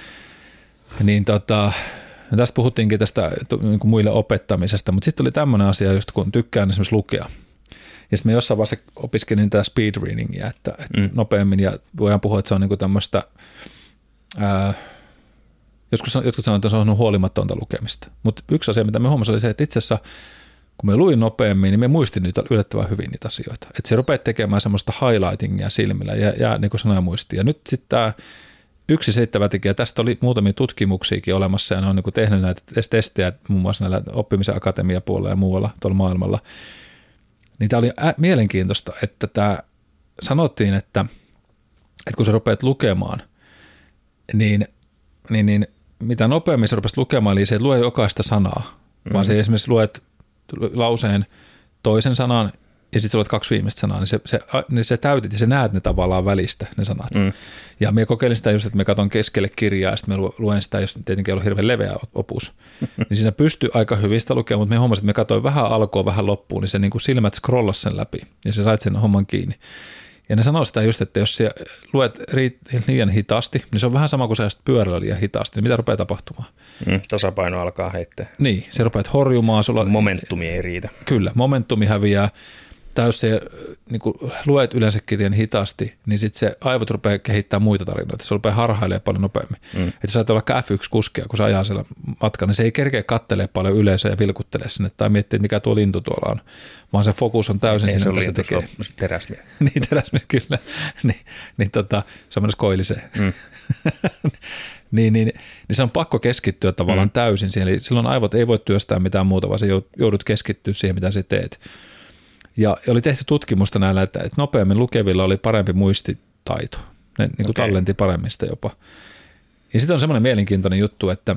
niin tota, tästä puhuttiinkin tästä niin kuin muille opettamisesta, mutta sitten oli tämmöinen asia, just kun tykkään esimerkiksi lukea. Ja sitten me jossain vaiheessa opiskelin tätä speed readingia, että, että mm. nopeammin, ja voidaan puhua, että se on niin kuin tämmöistä, ää, joskus jotkut sanoo, että se on huolimatonta lukemista. Mutta yksi asia, mitä me huomasimme, oli se, että itse asiassa, kun me luin nopeammin, niin me muistin niitä yllättävän hyvin niitä asioita. Että se rupeaa tekemään semmoista highlightingia silmillä ja, ja niin kuin sanoja muistiin. Ja nyt sitten tämä yksi selittävä tekijä, tästä oli muutamia tutkimuksiakin olemassa, ja ne on niin kuin tehnyt näitä testejä muun muassa näillä oppimisen akatemiapuolella ja muualla tuolla maailmalla. Niin tämä oli ä- mielenkiintoista, että tämä sanottiin, että, että kun sä rupeat lukemaan, niin, niin, niin mitä nopeammin sä rupeat lukemaan, eli se ei lue jokaista sanaa, mm-hmm. vaan se esimerkiksi luet lauseen toisen sanan, ja sitten luet kaksi viimeistä sanaa, niin se, se, niin se täytit ja se näet ne tavallaan välistä, ne sanat. Mm. Ja me kokeilin sitä just, että me katson keskelle kirjaa, ja sitten me luen sitä, jos tietenkin ei ollut hirveän leveä opus. niin siinä pystyy aika hyvin sitä lukemaan, mutta me huomasin, että me katsoin vähän alkoon, vähän loppuun, niin se niin kuin silmät scrollas sen läpi, ja se sait sen homman kiinni. Ja ne sanoo sitä just, että jos sä luet liian hitaasti, niin se on vähän sama kuin sä pyörällä liian hitaasti, niin mitä rupeaa tapahtumaan? Mm, tasapaino alkaa heittää. Niin, se rupeat horjumaan. Sulla, momentumi ei riitä. Kyllä, momentumi häviää. tai jos se niin kuin luet yleensäkin niin hitaasti, niin sitten se aivot rupeaa kehittämään muita tarinoita. Se rupeaa harhailemaan paljon nopeammin. Mm. Että jos ajatellaan vaikka F yksi -kuskia, kun se ajaa siellä matkalla, niin se ei kerkeä kattelemaan paljon yleisöä ja vilkuttelee sinne tai miettiä, mikä tuo lintu tuolla on, vaan se fokus on täysin ei, sinne, se on mitä lintu, se tekee. Se on teräsmies. niin, teräsmies, kyllä. niin, niin tota, se on mennessä koilliseen. Mm. niin, niin, niin se on pakko keskittyä tavallaan mm. täysin siihen. Eli silloin aivot ei voi työstää mitään muuta, vaan se joudut keskittyä siihen, mitä sä teet. Ja oli tehty tutkimusta näillä, että, että nopeammin lukevilla oli parempi muistitaito. Ne niin kuin okay. tallenti paremmista jopa. Ja sitten on semmoinen mielenkiintoinen juttu, että,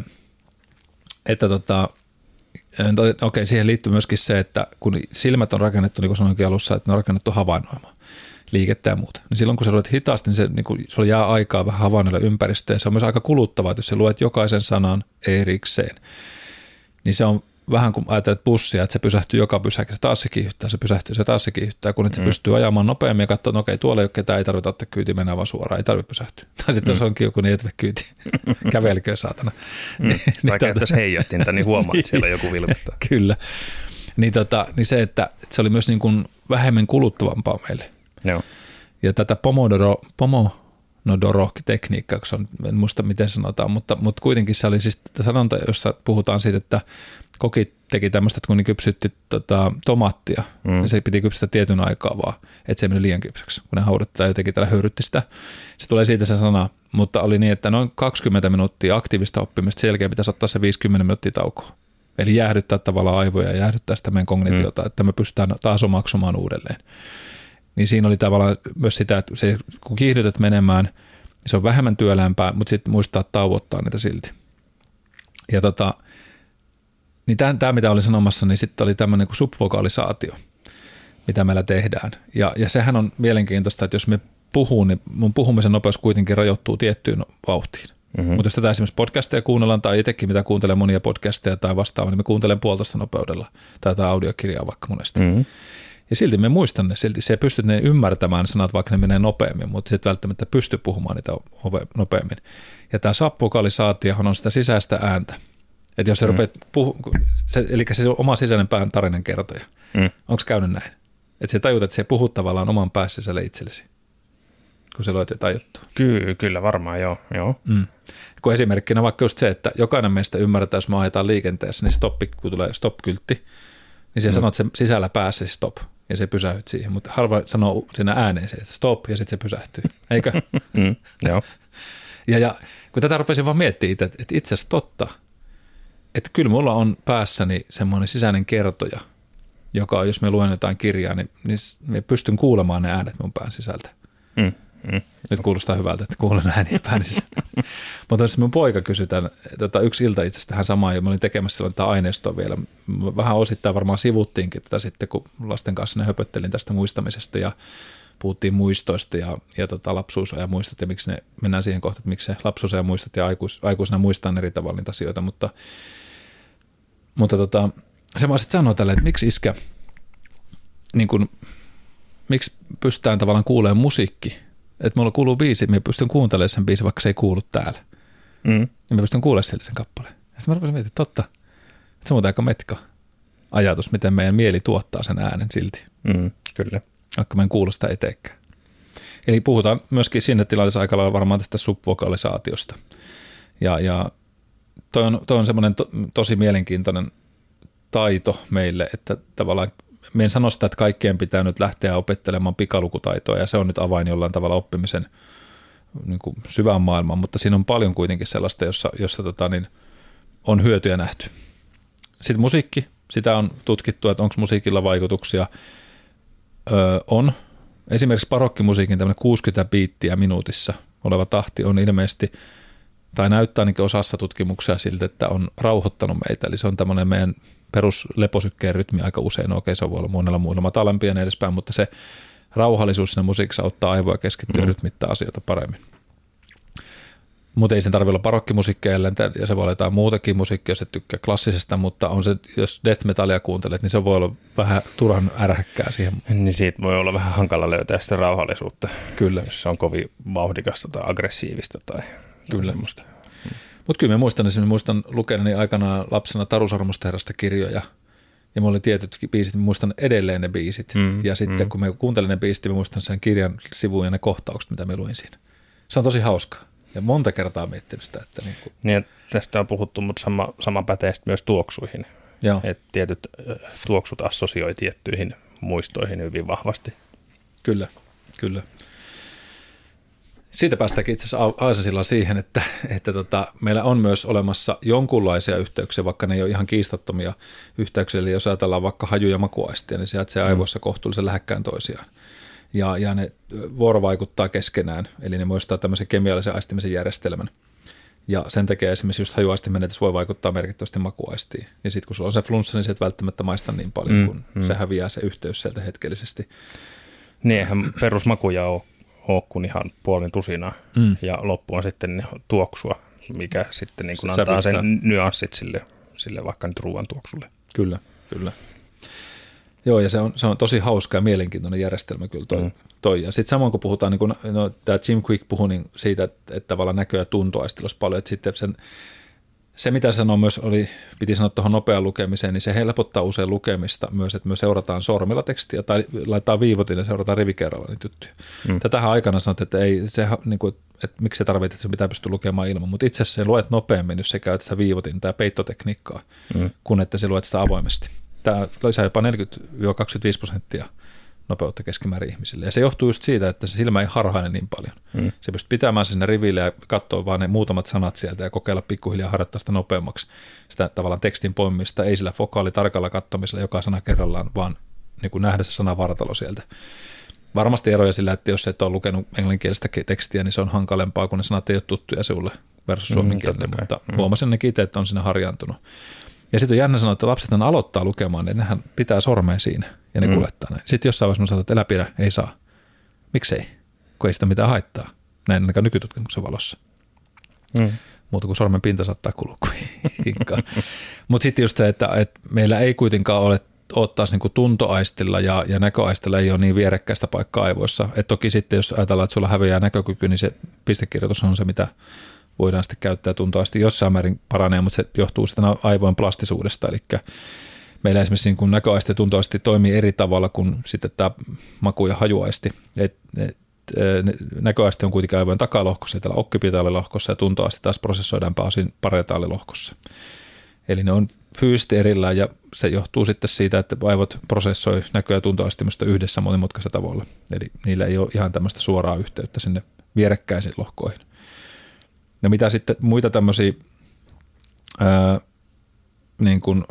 että tota, okei, okay, siihen liittyy myöskin se, että kun silmät on rakennettu, niin kuin sanoinkin alussa, että ne on rakennettu havainnoimaan liikettä ja muuta. Niin silloin kun sä luet hitaasti, niin se, niin kuin, se jää aikaa vähän havainnoilla ympäristöä. Se on myös aika kuluttavaa, että jos sä luet jokaisen sanan erikseen, niin se on vähän kuin ajatellaan bussia, että se pysähtyy joka pysäkillä, se taas se kiihdyttää, se pysähtyy, se taas se kiihdyttää, kun se mm. pystyy ajamaan nopeammin ja katsoo, että okei, tuolla ei ole ketään, ei tarvitse ottaa kyytiä, mennään vaan suoraan, ei tarvitse pysähtyä. Tai sitten mm. jos onkin joku, niin ei oteta kyytiä, kävelköön saatana. Mm. niin, tai niin, käyttäisi heijastinta, niin huomaa, että siellä joku vilkuttaa. Kyllä. Niin, tota, niin se, että, että se oli myös niin kuin vähemmän kuluttavampaa meille. Joo. Ja tätä Pomodoro, Pomodoro-tekniikkaa, en muista miten sanotaan, mutta, mutta kuitenkin se oli siis sanonta, jossa puhutaan siitä, että kokit teki tämmöistä, että kun ne kypsytti tota, tomaattia, mm. niin se piti kypsyttää tietyn aikaa vaan, että se ei mene liian kypsäksi, kun ne haudutti tai jotenkin täällä höyrytti sitä. Se tulee siitä se sana, mutta oli niin, että noin kaksikymmentä minuuttia aktiivista oppimista, sen jälkeen pitäisi ottaa se viisikymmentä minuuttia taukoa. Eli jäähdyttää tavallaan aivoja ja jäähdyttää sitä meidän kognitiota, mm. että me pystytään taas omaksumaan uudelleen. Niin siinä oli tavallaan myös sitä, että se, kun kiihdytät menemään, niin se on vähemmän työlämpää, mutta sitten muistaa tauottaa niitä silti. Ja tota, niin tämä, mitä olin sanomassa, niin sitten oli tämmöinen kuin subvokalisaatio, mitä meillä tehdään. Ja, ja sehän on mielenkiintoista, että jos me puhun, niin mun puhumisen nopeus kuitenkin rajoittuu tiettyyn vauhtiin. Mm-hmm. Mutta jos tätä esimerkiksi podcasteja kuunnellaan tai itsekin mitä kuuntelen monia podcasteja tai vastaavaa, niin me kuuntelen puolitoista nopeudella tai jotain audiokirjaa vaikka monesti. Mm-hmm. Ja silti me muistan ne, silti se pystyt ne ymmärtämään sanat, vaikka ne menee nopeammin, mutta sitten välttämättä pysty puhumaan niitä nopeammin. Ja tämä subvokalisaatiohan on sitä sisäistä ääntä. Että jos se mm. rupeat puhumaan, eli se on oma sisäinen pään tarinan kertoja. Mm. Onko käynyt näin? Että sä tajut, että sä puhut tavallaan oman päässä sisälle itsellesi, kun sä luet jotain juttua. Kyllä, kyllä varmaan joo. joo. Mm. Kun esimerkkinä vaikka just se, että jokainen meistä ymmärretään, jos me ajetaan liikenteessä, niin stoppi, kun tulee stop-kyltti, niin siellä mm. sanot sen sisällä päässä stop, ja se pysähdyt siihen. Mutta harva sanoo siinä ääneen se, että stop, ja sitten se pysähtyy. Eikö? mm. Joo. Ja, ja kun tätä rupesin vaan miettimään itse, että itse asiassa totta, että kyllä mulla on päässäni semmoinen sisäinen kertoja, joka on, jos me luen jotain kirjaa, niin, niin me pystyn kuulemaan ne äänet mun pään sisältä. Mm, mm. Nyt kuulostaa hyvältä, että kuulen ääniä pään sisältä. Mutta jos mun poika kysyi tämän, tota, yksi ilta itse asiassa tähän samaan, ja mä olin tekemässä silloin tätä aineistoa vielä. Vähän osittain varmaan sivuttiinkin tätä sitten, kun lasten kanssa ne höpöttelin tästä muistamisesta ja puhuttiin muistoista ja, ja tota, lapsuusajan muistot ja miksi ne, mennään siihen kohtaan, että miksi se lapsuusajan muistot ja aikuis, aikuisena muistaa eri tavalla niitä asioita, mutta Mutta tota, se vaan sitten sanoo tälle, että miksi iskä, niin kun, miksi pystytään tavallaan kuulemaan musiikki, että mulla kuuluu biisi, mä pystyn kuuntelemaan sen biisin, vaikka se ei kuulu täällä. Mm. Niin mä pystyn kuulemaan sieltä sen kappaleen. Ja sitten mä rupesin miettimään, että totta, että se on aika metka ajatus, miten meidän mieli tuottaa sen äänen silti. Mm, kyllä. Vaikka mä en kuulu sitä eteekään. Eli puhutaan myöskin siinä tilanteessa aika lailla varmaan tästä subvokalisaatiosta. Ja, ja toi on, toi on semmoinen to, tosi mielenkiintoinen taito meille, että tavallaan me en sano sitä, että kaikkien pitää nyt lähteä opettelemaan pikalukutaitoa ja se on nyt avain jollain tavalla oppimisen niin kuin syvään maailmaan, mutta siinä on paljon kuitenkin sellaista, jossa, jossa tota, niin on hyötyjä nähty. Sitten musiikki, sitä on tutkittu, että onko musiikilla vaikutuksia. Öö, on. Esimerkiksi barokkimusiikin tämmöinen kuusikymmentä biittiä minuutissa oleva tahti on ilmeisesti, tai näyttää ainakin osassa tutkimuksia siltä, että on rauhoittanut meitä. Eli se on tämmöinen meidän perusleposykkeen rytmi aika usein. No, okei, se voi olla monella muilla matalampia ja edespäin, mutta se rauhallisuus siinä musiikissa auttaa aivoja keskittyä mm. rytmittää asioita paremmin. Mutta ei sen tarvitse olla barokkimusiikkia, ja se voi olla jotain muutakin musiikkia, jos et tykkää klassisesta, mutta on se, jos death metalia kuuntelet, niin se voi olla vähän turhan ärhäkkää siihen. Niin siitä voi olla vähän hankala löytää sitä rauhallisuutta. Kyllä. Jos se on kovin vauhdikasta tai aggressiivista tai kyllä. Semmoista. Mutta kyllä mä muistan, että muistan lukeneeni aikanaan lapsena Taru Sormusten herrasta kirjoja, Ja mulla oli tietyt biisit, mä muistan edelleen ne biisit. Mm, ja sitten mm. kun mä kuuntelin ne biisit, mä muistan sen kirjan sivuun ja ne kohtaukset, mitä mä luin siinä. Se on tosi hauskaa. Ja monta kertaa miettinyt sitä. Että niin kuin... niin, tästä on puhuttu, mutta sama, sama pätee myös tuoksuihin. Että tietyt tuoksut assosioi tiettyihin muistoihin hyvin vahvasti. Kyllä, kyllä. Siitä päästäänkin itse asiassa Aasisillan siihen, että, että tota, meillä on myös olemassa jonkunlaisia yhteyksiä, vaikka ne ei ole ihan kiistattomia yhteyksiä. Eli jos ajatellaan vaikka haju- ja makuaistia, niin sijaitsee mm. aivoissa kohtuullisen lähekkään toisiaan. Ja, ja ne vuorovaikuttaa keskenään, eli ne muistaa tämmöisen kemiallisen aistimisen järjestelmän. Ja sen takia esimerkiksi just hajuaistin menetys voi vaikuttaa merkittävästi makuaistiin. Ja sitten kun sulla on se flunssa, niin se et välttämättä maista niin paljon, mm, kun mm. se häviää se yhteys sieltä hetkellisesti. Niin, eihän perusmakuja ole, ole kuin ihan puolin tusinaa. Mm. Ja loppu on sitten tuoksua, mikä sitten niin kuin antaa sen nyanssit sille, sille vaikka nyt ruoan tuoksulle. Kyllä, kyllä. Joo, ja se on, se on tosi hauska ja mielenkiintoinen järjestelmä kyllä toi. Mm. toi. Ja sitten samoin kun puhutaan, niin kun, no, tämä Jim Quick puhui niin siitä, että, että tavallaan näkö- ja tuntoaistilossa paljon, että sitten sen, se mitä sanoi myös, oli, piti sanoa tuohon nopeaan lukemiseen, niin se helpottaa usein lukemista myös, että me seurataan sormilla tekstiä tai laitetaan viivotin ja seurataan rivikerralla niitä juttuja. Mm. Tätähän aikana sanot, että, ei, se, niin kuin, että miksi se tarvitsee, että se pitää pystyä lukemaan ilman, mutta itse asiassa se luet nopeammin, jos sä käytät sitä viivotinta ja peittotekniikkaa, mm. kun että se luet sitä avoimesti. Tämä lisää jopa neljäkymmentä kaksikymmentäviisi prosenttia nopeutta keskimäärin ihmisille. Ja se johtuu just siitä, että se silmä ei harhaine niin paljon. Mm. Se pystyy pitämään sinne riville ja katsoa vaan ne muutamat sanat sieltä ja kokeilla pikkuhiljaa harjoittaa sitä nopeammaksi. Sitä tavallaan tekstin poimimista, ei sillä fokaalitarkalla katsomisella joka sana kerrallaan, vaan niin kuin nähdä se sanavartalo sieltä. Varmasti eroja sillä, että jos et ole lukenut englanninkielistä tekstiä, niin se on hankalempaa, kun ne sanat ei ole tuttuja sinulle versus suomen kieltä, mm, mutta mm. huomasin nekin itse, että on siinä harjaantunut. Ja sitten on jännä sanoa, että lapset aloittaa lukemaan, niin nehän pitää sormea siinä ja ne mm. kuljettaa näin. Sitten jossain vaiheessa sanotaan, että älä pidä, ei saa. Miksei? Kun ei sitä mitään haittaa. Näin ainakaan nykytutkimuksen valossa. Mm. Muuta kuin sormen pinta saattaa kulua kuin hinkkaa. Mutta sitten just se, että, että meillä ei kuitenkaan ole ottaa niin kuin tuntoaistilla ja, ja näköaistilla ei ole niin vierekkäistä paikkaa aivoissa. Et toki sitten, jos ajatellaan, että sulla häviää näkökyky, niin se pistekirjoitus on se, mitä voidaan sitten käyttää tuntoaisti jossain määrin paranee, mutta se johtuu sitten aivojen plastisuudesta, eli meillä esimerkiksi niin kun näköaisti ja tuntoaisti toimii eri tavalla kuin sitten tämä maku- ja hajuaisti. Et, et, näköaisti on kuitenkin aivojen takalohkossa, täällä okkipitaalilohkossa ja tuntoaisti taas prosessoidaan pääosin paretaalilohkossa. Eli ne on fyysisesti erillään ja se johtuu sitten siitä, että aivot prosessoi näkö- ja tuntoaistimusta yhdessä monimutkaisella tavalla. Eli niillä ei ole ihan tämmöistä suoraa yhteyttä sinne vierekkäisiin lohkoihin. Ja mitä sitten muita tämmöisiä ää, niin kuin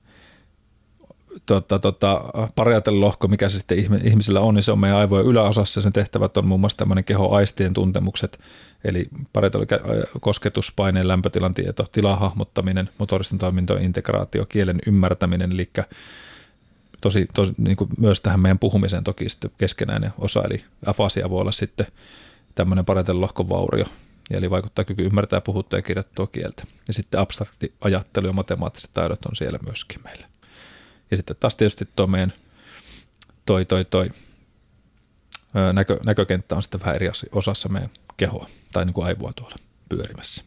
tota, tota, pariatellohko, mikä se sitten ihmisillä on, niin se on meidän aivojen yläosassa. Sen tehtävät on muun muassa tämmöinen kehoaistien tuntemukset, eli kosketus, paineen, lämpötilan tieto, tilan hahmottaminen, motoristen toimintojen integraatio, kielen ymmärtäminen, eli tosi, tosi niin kuin myös tähän meidän puhumiseen toki sitten keskenäinen osa, eli afasia voi olla sitten tämmöinen pariatellohkon vaurio. Eli vaikuttaa kyky ymmärtää puhuttua ja kirjoittua kieltä. Ja sitten abstrakti ajattelu ja matemaattiset taidot on siellä myöskin meillä. Ja sitten taas tietysti tuo meidän toi, toi, toi, näkö, näkökenttä on sitten vähän eri osassa meidän kehoa tai niin kuin aivoa tuolla pyörimässä.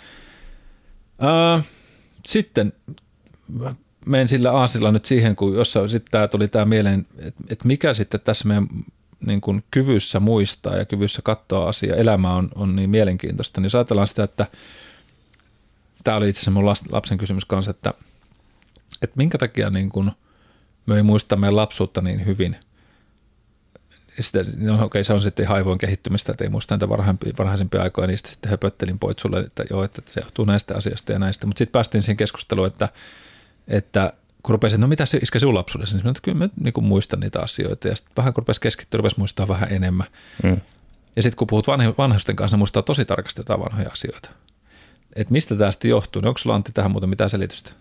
Ää, sitten menen sillä aasilla nyt siihen, kun jossain sitten tämä tuli tämä mieleen, että, että mikä sitten tässä meidän niin kuin kyvyssä muistaa ja kyvyssä katsoa asiaa, elämä on, on niin mielenkiintoista, niin jos ajatellaan sitä, että tämä oli itse asiassa mun lapsen kysymys kanssa, että, että minkä takia niin kuin me ei muista meidän lapsuutta niin hyvin. Sitä, no okei, se on sitten aivojen kehittymistä, että ei muista näitä varhaisempia aikoja, niistä sitten höpöttelin poitsulle, että joo, että se johtuu näistä asioista ja näistä, mutta sitten päästiin siihen keskusteluun, että, että kun rupesin, että no mitä se iskä sinun lapsuudessa, niin sanoin, että kyllä mä niin kuin muistan niitä asioita. Ja sitten vähän kun rupesi keskittyä, rupesi muistaa vähän enemmän. Mm. Ja sitten kun puhut vanhusten kanssa, muistaa tosi tarkasti jotain vanhoja asioita. Että mistä tämä sitten johtuu? Niin onko sulla, Antti, tähän muuten mitään selitystä?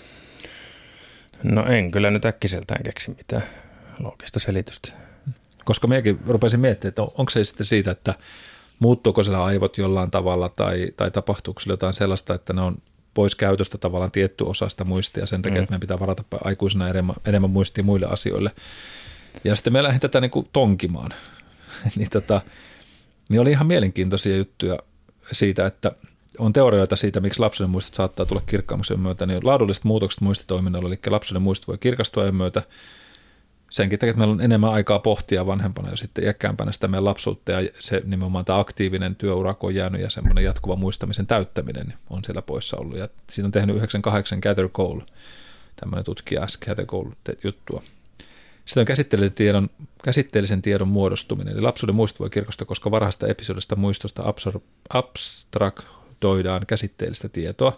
No en kyllä nyt äkkiseltään keksi mitään loogista selitystä. Koska minäkin rupesin miettimään, että onko se sitten siitä, että muuttuuko siellä aivot jollain tavalla tai, tai tapahtuuko sillä jotain sellaista, että ne on pois käytöstä tavallaan tietty osa sitä muistia sen takia, mm. että meidän pitää varata aikuisena enemmän, enemmän muistia muille asioille. Ja sitten me lähdin tätä niin kuin tonkimaan. niin, tota, niin oli ihan mielenkiintoisia juttuja siitä, että on teorioita siitä, miksi lapsuuden muistot saattaa tulla kirkkaammaksi yön myötä, niin laadulliset muutokset muistitoiminnalla, eli lapsuuden muistot voi kirkastua yön myötä. Senkin takia, että meillä on enemmän aikaa pohtia vanhempana jo sitten iäkkäämpänä sitä meidän lapsuutta, ja se nimenomaan tämä aktiivinen työurako on jäänyt ja semmoinen jatkuva muistamisen täyttäminen niin on siellä poissa ollut. Ja siitä on tehnyt yhdeksänkymmentäkahdeksan Gather Cole, tämmöinen tutkija S. Gather Cole juttua. Sitten on käsitteellisen tiedon, käsitteellisen tiedon muodostuminen, eli lapsuuden muistot voi kirkastua, koska varhaista episodista muistosta absor- abstraktoidaan käsitteellistä tietoa.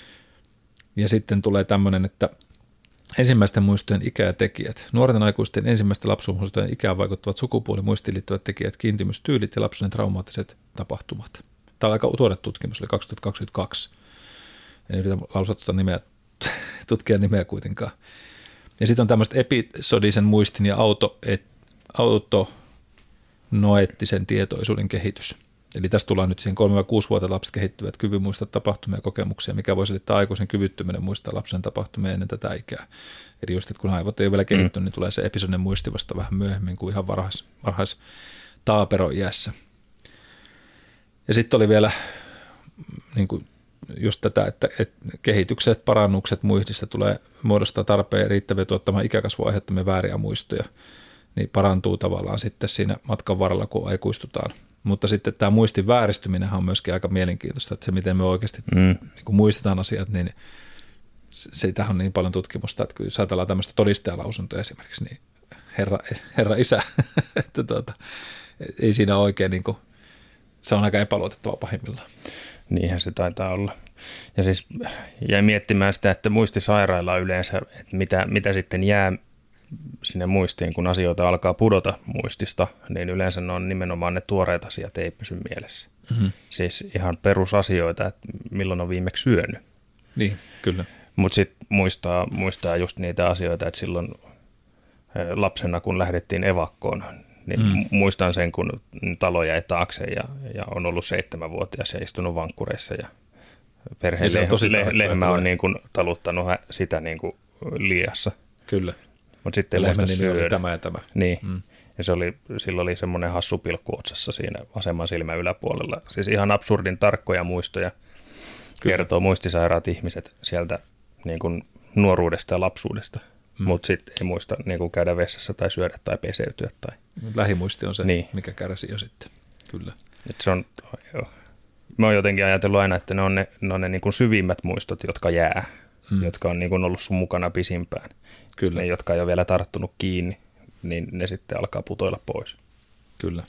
Ja sitten tulee tämmöinen, että ensimmäisten muistojen ikä ja tekijät. Nuorten aikuisten ensimmäisten lapsuusmuistojen ikään vaikuttavat sukupuolimuistiin liittyvät tekijät, kiintymystyylit ja lapsuuden traumaattiset tapahtumat. Tämä on aika tuore tutkimus, oli kaksituhattakaksikymmentäkaksi. En yritä lausua tuota nimeä, tutkia nimeä kuitenkaan. Ja sitten on tämmöistä episodisen muistin ja auto, et, autonoeettisen tietoisuuden kehitys. Eli tässä tullaan nyt siihen kolme-kuusi-vuotiaat lapset kehittyvät kyvyn muistaa tapahtumia ja kokemuksia, mikä voi selittää aikuisen kyvyttömyyden muistaa lapsen tapahtumia ennen tätä ikää. Eli just, että kun aivot ei ole vielä kehittynyt, mm. niin tulee se episodinen muisti vasta vähän myöhemmin kuin ihan varhais, varhais taaperoiässä. Ja sitten oli vielä niin kuin just tätä, että, että kehitykset, parannukset muistista tulee muodostaa tarpeen riittäviä tuottamaan ikäkasvua aiheuttamia vääriä muistoja, niin parantuu tavallaan sitten siinä matkan varrella, kun aikuistutaan. Mutta sitten tämä muistin vääristyminen on myöskin aika mielenkiintoista, että se miten me oikeasti mm. niin kun muistetaan asiat, niin siitä on niin paljon tutkimusta, että kun jos ajatellaan tämmöistä todistajalausuntoa esimerkiksi, niin herra, herra isä, että tuota, ei siinä oikein, niin kuin, se on aika epäluotettava pahimmillaan. Niinhän se taitaa olla. Ja siis jäi miettimään sitä, että muistisairailla yleensä, että mitä, mitä sitten jää sinne muistiin, kun asioita alkaa pudota muistista, niin yleensä ne on nimenomaan ne tuoreet asiat ei pysy mielessä. Mm-hmm. Siis ihan perusasioita, että milloin on viimeksi syönyt. Niin, kyllä. Mutta sitten muistaa, muistaa just niitä asioita, että silloin lapsena, kun lähdettiin evakkoon, niin mm. muistan sen, kun talo jäi taakse ja, ja on ollut seitsemänvuotias ja istunut vankkureissa ja perheen leh- leh- lehmä on niin kuin taluttanut sitä niin kuin liiassa. Kyllä. Mutta sitten lehmän nimi oli tämä ja tämä. Niin, mm. ja se oli, silloin oli semmoinen hassu pilkku otsassa siinä vasemman silmän yläpuolella. Siis ihan absurdin tarkkoja muistoja. Kyllä. Kertoo muistisairaat ihmiset sieltä niin kuin nuoruudesta ja lapsuudesta. Mm. Mutta sitten ei muista niin kuin käydä vessassa tai syödä tai peseytyä. Tai. Lähimuisti on se, niin. mikä kärsii jo sitten. Kyllä. Et se on, joo. Mä oon jotenkin ajatellut aina, että ne on ne, ne, on ne niin kuin syvimmät muistot, jotka jää, mm. jotka on niin kuin ollut sun mukana pisimpään. Kyllä. Ne, jotka ei ole vielä tarttunut kiinni, niin ne sitten alkaa putoilla pois. Kyllä.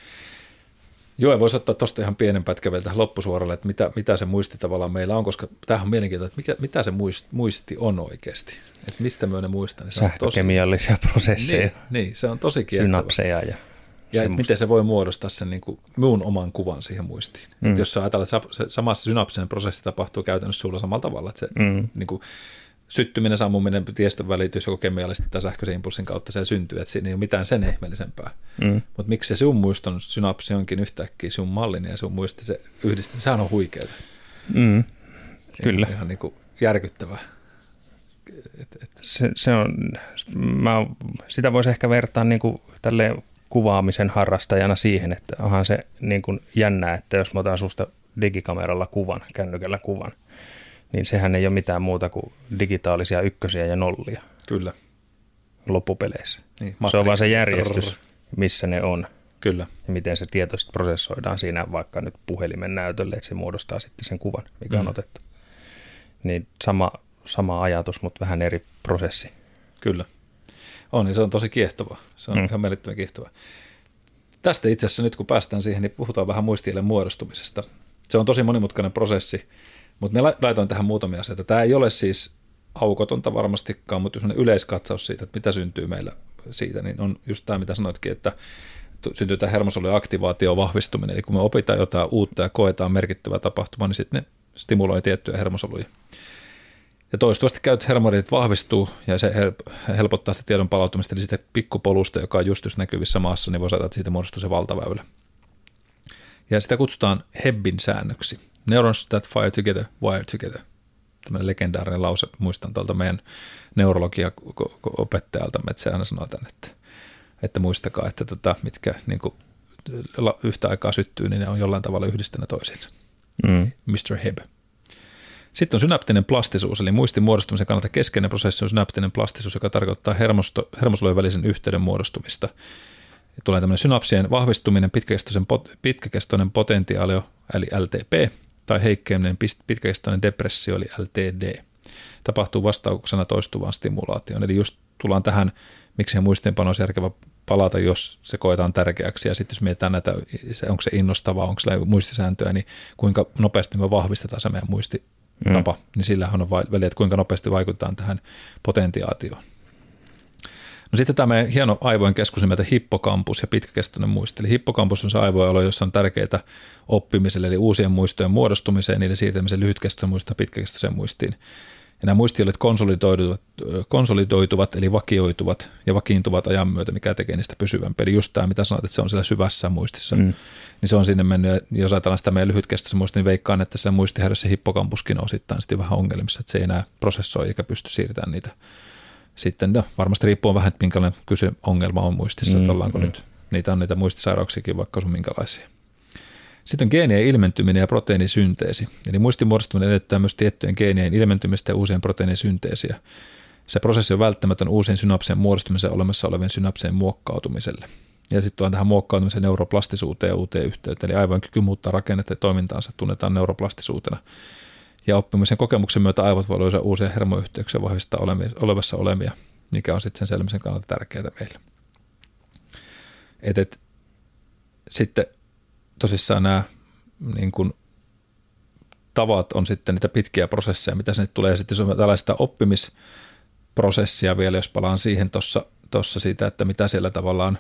Joo, ja voisi ottaa tuosta ihan pienen pätkän vielä tähän loppusuoralle, että mitä, mitä se muisti tavallaan meillä on, koska tämähän on mielenkiintoista, että mikä, mitä se muisti, muisti on oikeasti. Että mistä me ne muistaa. Niin sähkökemiallisia tosi, prosesseja. Niin, niin, se on tosi kiehtova. Synapseja ja ja miten se voi muodostaa sen niin kuin minun oman kuvan siihen muistiin. Mm. Että jos sä ajatellaan, että se samassa synapsinen prosessi tapahtuu käytännössä sulla samalla tavalla, että se mm. niin kuin, syttyminen, sammuminen, tiestön välitys joko kemiallisesti tai sähköisen impulssin kautta se syntyy, että siinä ei ole mitään sen ihmeellisempää. Mm. Mutta miksi se sun muiston synapsi onkin yhtäkkiä sun mallinen ja sun muisti se yhdistää, sehän on huikeeta. Mm. Kyllä. Ihan, ihan niin kuin järkyttävää. Et, et. Se, se on, mä, sitä voisi ehkä vertaa niin kuin tälleen kuvaamisen harrastajana siihen, että onhan se niin kuin jännää, että jos mä otan susta digikameralla kuvan, kännykällä kuvan, niin sehän ei ole mitään muuta kuin digitaalisia ykkösiä ja nollia. Kyllä. Loppupeleissä. Niin, se on vaan se järjestys, missä ne on. Kyllä. Ja miten se tieto sitten prosessoidaan siinä vaikka nyt puhelimen näytölle, että se muodostaa sitten sen kuvan, mikä mm. on otettu. Niin sama, sama ajatus, mutta vähän eri prosessi. Kyllä. On, niin se on tosi kiehtova. Se on mm. ihan mielettömän kiehtova. Tästä itse asiassa nyt kun päästään siihen, niin puhutaan vähän muistielen muodostumisesta. Se on tosi monimutkainen prosessi. Mutta me laitoin tähän muutamia asioita. Tämä ei ole siis aukotonta varmastikaan, mutta jos yleiskatsaus siitä, että mitä syntyy meillä siitä, niin on just tämä, mitä sanoitkin, että syntyy tämä hermosolujen aktivaatio vahvistuminen. Eli kun me opitaan jotain uutta ja koetaan merkittävää tapahtumaa, niin sitten ne stimuloi tiettyjä hermosoluja. Ja toistuvasti käyt hermodit vahvistuu ja se helpottaa sitä tiedon palautumista, eli sitä pikkupolusta, joka on just just näkyvissä maassa, niin voi sanoa, että siitä muodostuu se valtaväylä. Ja sitä kutsutaan Hebbin säännöksi. Neurons that fire together, wire together. Tämmöinen legendaarinen lause, muistan tuolta meidän neurologia-opettajalta, että se aina sanoo tämän, että, että muistakaa, että tota, mitkä niin kuin, yhtä aikaa syttyy, niin ne on jollain tavalla yhdistänä toisille. mm. mister Heb. Sitten on synaptinen plastisuus, eli muistin muodostumisen kannalta keskeinen prosessi on synaptinen plastisuus, joka tarkoittaa hermosto, hermosolujen välisen yhteyden muodostumista. Ja tulee tämmöinen synapsien vahvistuminen, pitkäkestoinen, pitkäkestoinen potentiaali, eli L T P, tai heikkeneminen, pitkäkestoinen depressio, eli L T D. Tapahtuu vastauksena toistuvaan stimulaatioon. Eli just tullaan tähän, miksi muistiinpano olisi järkevä palata, jos se koetaan tärkeäksi. Ja sitten jos mietitään näitä, onko se innostavaa, onko se muistisääntöä, niin kuinka nopeasti me vahvistetaan se meidän muistitapa, mm. niin sillähän on väliä, että kuinka nopeasti vaikutetaan tähän potentiaatioon. No sitten tämä meidän hieno aivojen keskus nimeltä hippokampus ja pitkäkestoinen muisti. Eli hippokampus on se aivojen jossa on tärkeää oppimiselle, eli uusien muistojen muodostumiseen, niiden siirtämiseen lyhytkestoisen muistiin ja pitkäkestoisen muistiin. Ja nämä muistialueet konsolidoituvat, konsolidoituvat, eli vakioituvat ja vakiintuvat ajan myötä, mikä tekee niistä pysyvämpiä. Eli just tämä, mitä sanoit, että se on siellä syvässä muistissa, mm. niin se on sinne mennyt. Ja jos ajatellaan sitä meidän lyhytkestoisen muistia, niin veikkaan, että se muistihäiriössä hippokampuskin on osittain sitten vähän ongelmissa, että se ei enää prosessoi eikä pysty siirtämään niitä. Sitten no, varmasti riippuu vähän, että minkälainen kysy ongelma on muistissa, mm, että ollaanko mm. nyt. Niitä on niitä muistisairauksiakin, vaikka on minkälaisia. Sitten on geenien ilmentyminen ja proteiinisynteesi. Eli muistin muodostuminen edellyttää myös tiettyjen geenien ilmentymistä ja uusien proteiinisynteesiä. Se prosessi on välttämätön uusien synapsien muodostumisen olemassa olevien synapsien muokkautumiselle. Ja sitten tuon tähän muokkautumiseen neuroplastisuuteen ja uuteen yhteyteen. Eli aivojen kyky muuttaa rakennetta ja toimintaansa tunnetaan neuroplastisuutena. Ja oppimisen kokemuksen myötä aivot voi luoda uusia hermoyhteyksiä vahvistaa olevassa olemia, mikä on sitten sen selviämisen kannalta tärkeää meille. Et, et, sitten tosissaan nämä niin kun, tavat on sitten niitä pitkiä prosesseja, mitä sinne tulee. Ja sitten jos on tällaista oppimisprosessia vielä, jos palaan siihen tuossa siitä, että mitä siellä tavallaan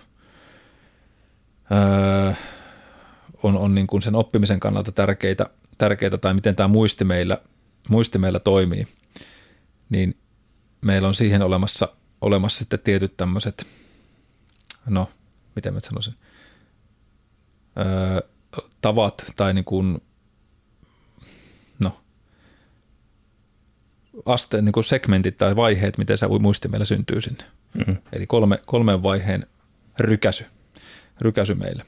öö, on, on niin kun sen oppimisen kannalta tärkeitä, tärkeää tai miten tämä muisti meillä, muisti meillä toimii, niin meillä on siihen olemassa, olemassa sitten tietyt tämmöiset, no, miten mä sanoisin, öö, tavat tai niin kuin, no, asteen, niin kuin segmentit tai vaiheet, miten se muisti meillä syntyy sinne. Mm-hmm. Eli kolme, kolmen vaiheen rykäsy, rykäsy meille.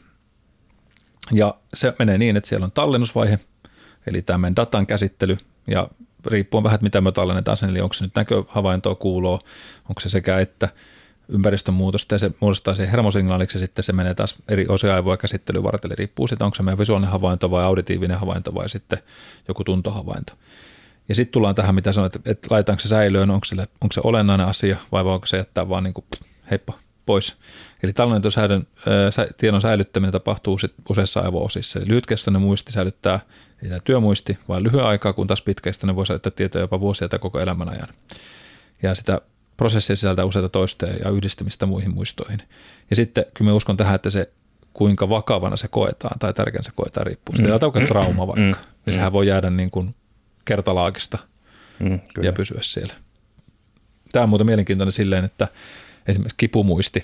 Ja se menee niin, että siellä on tallennusvaihe, eli tämä meidän datan käsittely, ja riippuen vähän, että mitä me tallennetaan sen, eli onko se nyt näköhavaintoa, kuuloa, onko se sekä että ympäristön muutosta, ja se muodostaa sen hermosignaaliksi, ja sitten se menee taas eri osia aivoja käsittelyyn varten, eli riippuu siitä, onko se meidän visuaalinen havainto vai auditiivinen havainto vai sitten joku tuntohavainto. Ja sitten tullaan tähän, mitä sanoit, että, että laitaanko se säilöön, onko, sille, onko se olennainen asia, vai voiko se jättää vaan niin kuin heippa pois. Eli tallennetun tiedon säilyttäminen tapahtuu useissa aivo-osissa. Eli lyhytkestoinen muisti säilyttää eli työmuisti vain lyhyen aikaa, kun taas pitkäkestoinen voi säilyttää tietoja jopa vuosia tai koko elämän ajan. Ja sitä prosessia sisältää useita toistoja ja yhdistymistä muihin muistoihin. Ja sitten kyllä me uskon tähän, että se kuinka vakavana se koetaan tai tärkeänä se koetaan riippuu. Sitten mm. on trauma vaikka, mm. niin sehän voi jäädä niin kuin kertalaakista mm, ja pysyä siellä. Tämä on muuten mielenkiintoinen silleen, että esimerkiksi kipumuisti,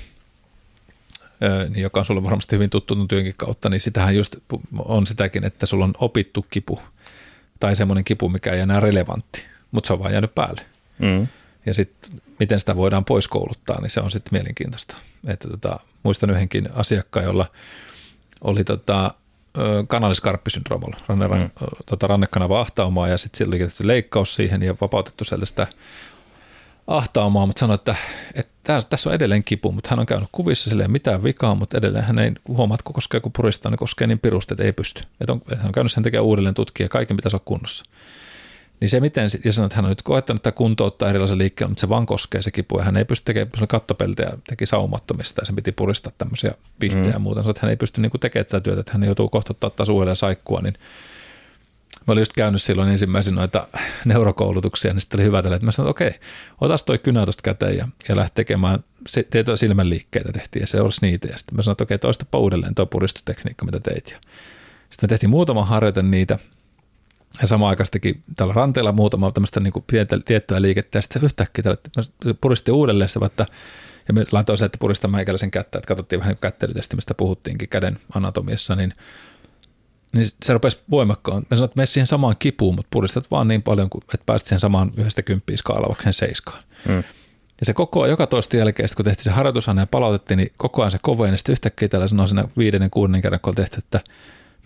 niin joka on sulle varmasti hyvin tuttu työnkin kautta, niin sitähän just on sitäkin, että sulla on opittu kipu tai semmoinen kipu, mikä ei enää relevantti, mutta se on vaan jäänyt päälle. Mm. Ja sitten miten sitä voidaan pois kouluttaa, niin se on sitten mielenkiintoista. Että tota, muistan yhdenkin asiakkaan, jolla oli tota, kanaliskarppisyndroomalla, ranne, mm. tota, rannekanava ahtaumaa ja sitten silläkin tehty leikkaus siihen ja vapautettu sieltä sitä ahtaumaa, mutta sanoi, että, että tässä on edelleen kipu, mutta hän on käynyt kuvissa, sillä ei ole mitään vikaa, mutta edelleen hän ei huomaa, kun koskee, kun puristaa, niin koskee niin pirusti, että ei pysty. Että on, hän on käynyt sen tekemään uudelleen tutkia, kaiken pitäisi olla kunnossa. Niin se miten, ja sanoi, että hän on nyt koettanut tämä kuntouttaa erilaisen liikkeellä, mutta se vaan koskee se kipu, ja hän ei pysty tekemään kattopeltiä ja teki saumattomista, ja se piti puristaa tämmöisiä pihtejä mm. ja muuta. Sanoi, että hän ei pysty niin kuin tekemään tätä työtä, että hän joutuu kohta ottaa taas uudelleen saikkua, niin mä olin just käynyt silloin ensimmäisenä noita neurokoulutuksia, niin sitten oli hyvä tällä, että mä sanoin, että okei, otas toi kynä tuosta käteen ja, ja lähti tekemään tietoja silmän liikkeitä tehtiin ja se olisi niitä. Ja sitten mä sanoin, että okei, toistapa uudelleen tuo puristutekniikka, mitä teit. Ja sitten me tehtiin muutama harjoite niitä ja samaan aikaan teki tällä ranteella muutama tämmöistä niin kuin tiettyä liikettä ja sitten se yhtäkkiä tällä, että puristin uudelleen se, että ja me laitoin se, että puristan meikäläisen kättä, että katsottiin vähän kättelytesti, mistä puhuttiinkin käden anatomiassa, niin niin se rupesi voimakkaan. Mä sanoin, että mene siihen samaan kipuun, mutta puristat vaan niin paljon, että pääset siihen samaan yhdestä kymppiä skaalaan, vaikka sen seiskaan. Mm. Ja se koko ajan, joka toista jälkeen, kun tehtiin se harjoitushan ja palautettiin, niin koko ajan se koveni. Ja sitten yhtäkkiä täällä sanoi siinä viidennen, kuudennen kerran, kun on tehty, että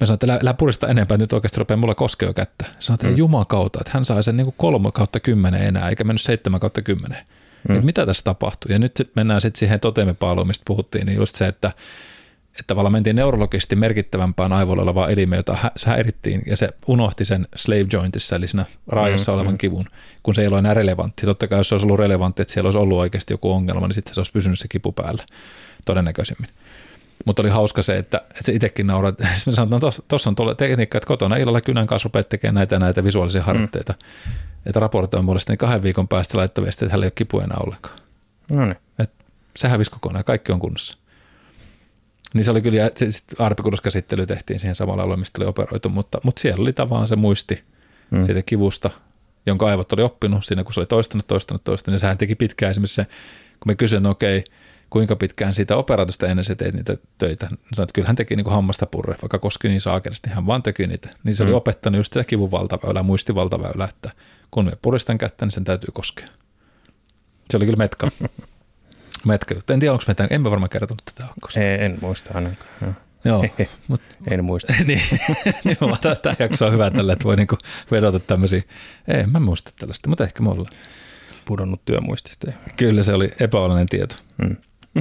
Mä sanoin, että älä, älä purista enempää, että nyt oikeasti rupeaa mulla koskea jo kättä. Sanoin, että mm. jumakauta, että hän sai sen niin kuin kolme kautta kymmenen enää, eikä mennyt seitsemän kautta kymmenen. Mm. Mitä tässä tapahtui? Ja nyt sit mennään sitten siihen toteamipaaluun, mistä puhuttiin, niin just se, että, että tavallaan mentiin neurologisesti merkittävämpään aivoilla olevaan elimeen, jota se häirittiin, ja se unohti sen slave jointissa, eli siinä raajassa mm. olevan kivun, kun se ei ole enää relevantti. Totta kai jos se olisi ollut relevantti, että siellä olisi ollut oikeasti joku ongelma, niin sitten se olisi pysynyt se kipu päällä todennäköisemmin. Mutta oli hauska se, että, että se itsekin nauraa, että me sanotaan, että no, tuossa on tuolla tekniikka, että kotona illalla kynän kanssa rupeat tekemään näitä näitä visuaalisia harjoitteita, mm. että raportoi mulle kahden viikon päästä laittoi viestiä, että hänellä ei ole kipu enää ollenkaan. No niin. Että se hävisi kokonaan, kaikki on kunnossa. Niin se oli kyllä, ja sitten arpikudouskäsittely tehtiin siihen samalla alueella, mistä oli operoitu, mutta, mutta siellä oli tavallaan se muisti mm. siitä kivusta, jonka aivot oli oppinut siinä, kun se oli toistanut, toistanut, toistanut, ja sehän teki pitkään esimerkiksi se, kun me kysyin, okei, kuinka pitkään siitä operaatiosta ennen se teit niitä töitä. Sanoin, että kyllä hän teki niin kuin hammasta purre, vaikka koski niin saakelisesti, hän vaan teki niitä. Niin se mm. oli opettanut just sitä kivun valtaväylää, muistivaltaväylää, että kun me puristan kättä, niin sen täytyy koskea. Se oli kyllä metka. metka. En tiedä, onko meitä, en mä varmaan kertonut tätä akkosta. Ei, en muista ainakaan. Joo, Joo mut, en muista. niin, nimenomaan tämä jakso on hyvä tällä, että voi niinku vedota tämmöisiä. Ei, mä en muista tällaista, mutta ehkä me ollaan. Pudonnut työmuistista. Kyllä se oli epäolennainen tieto. Mm.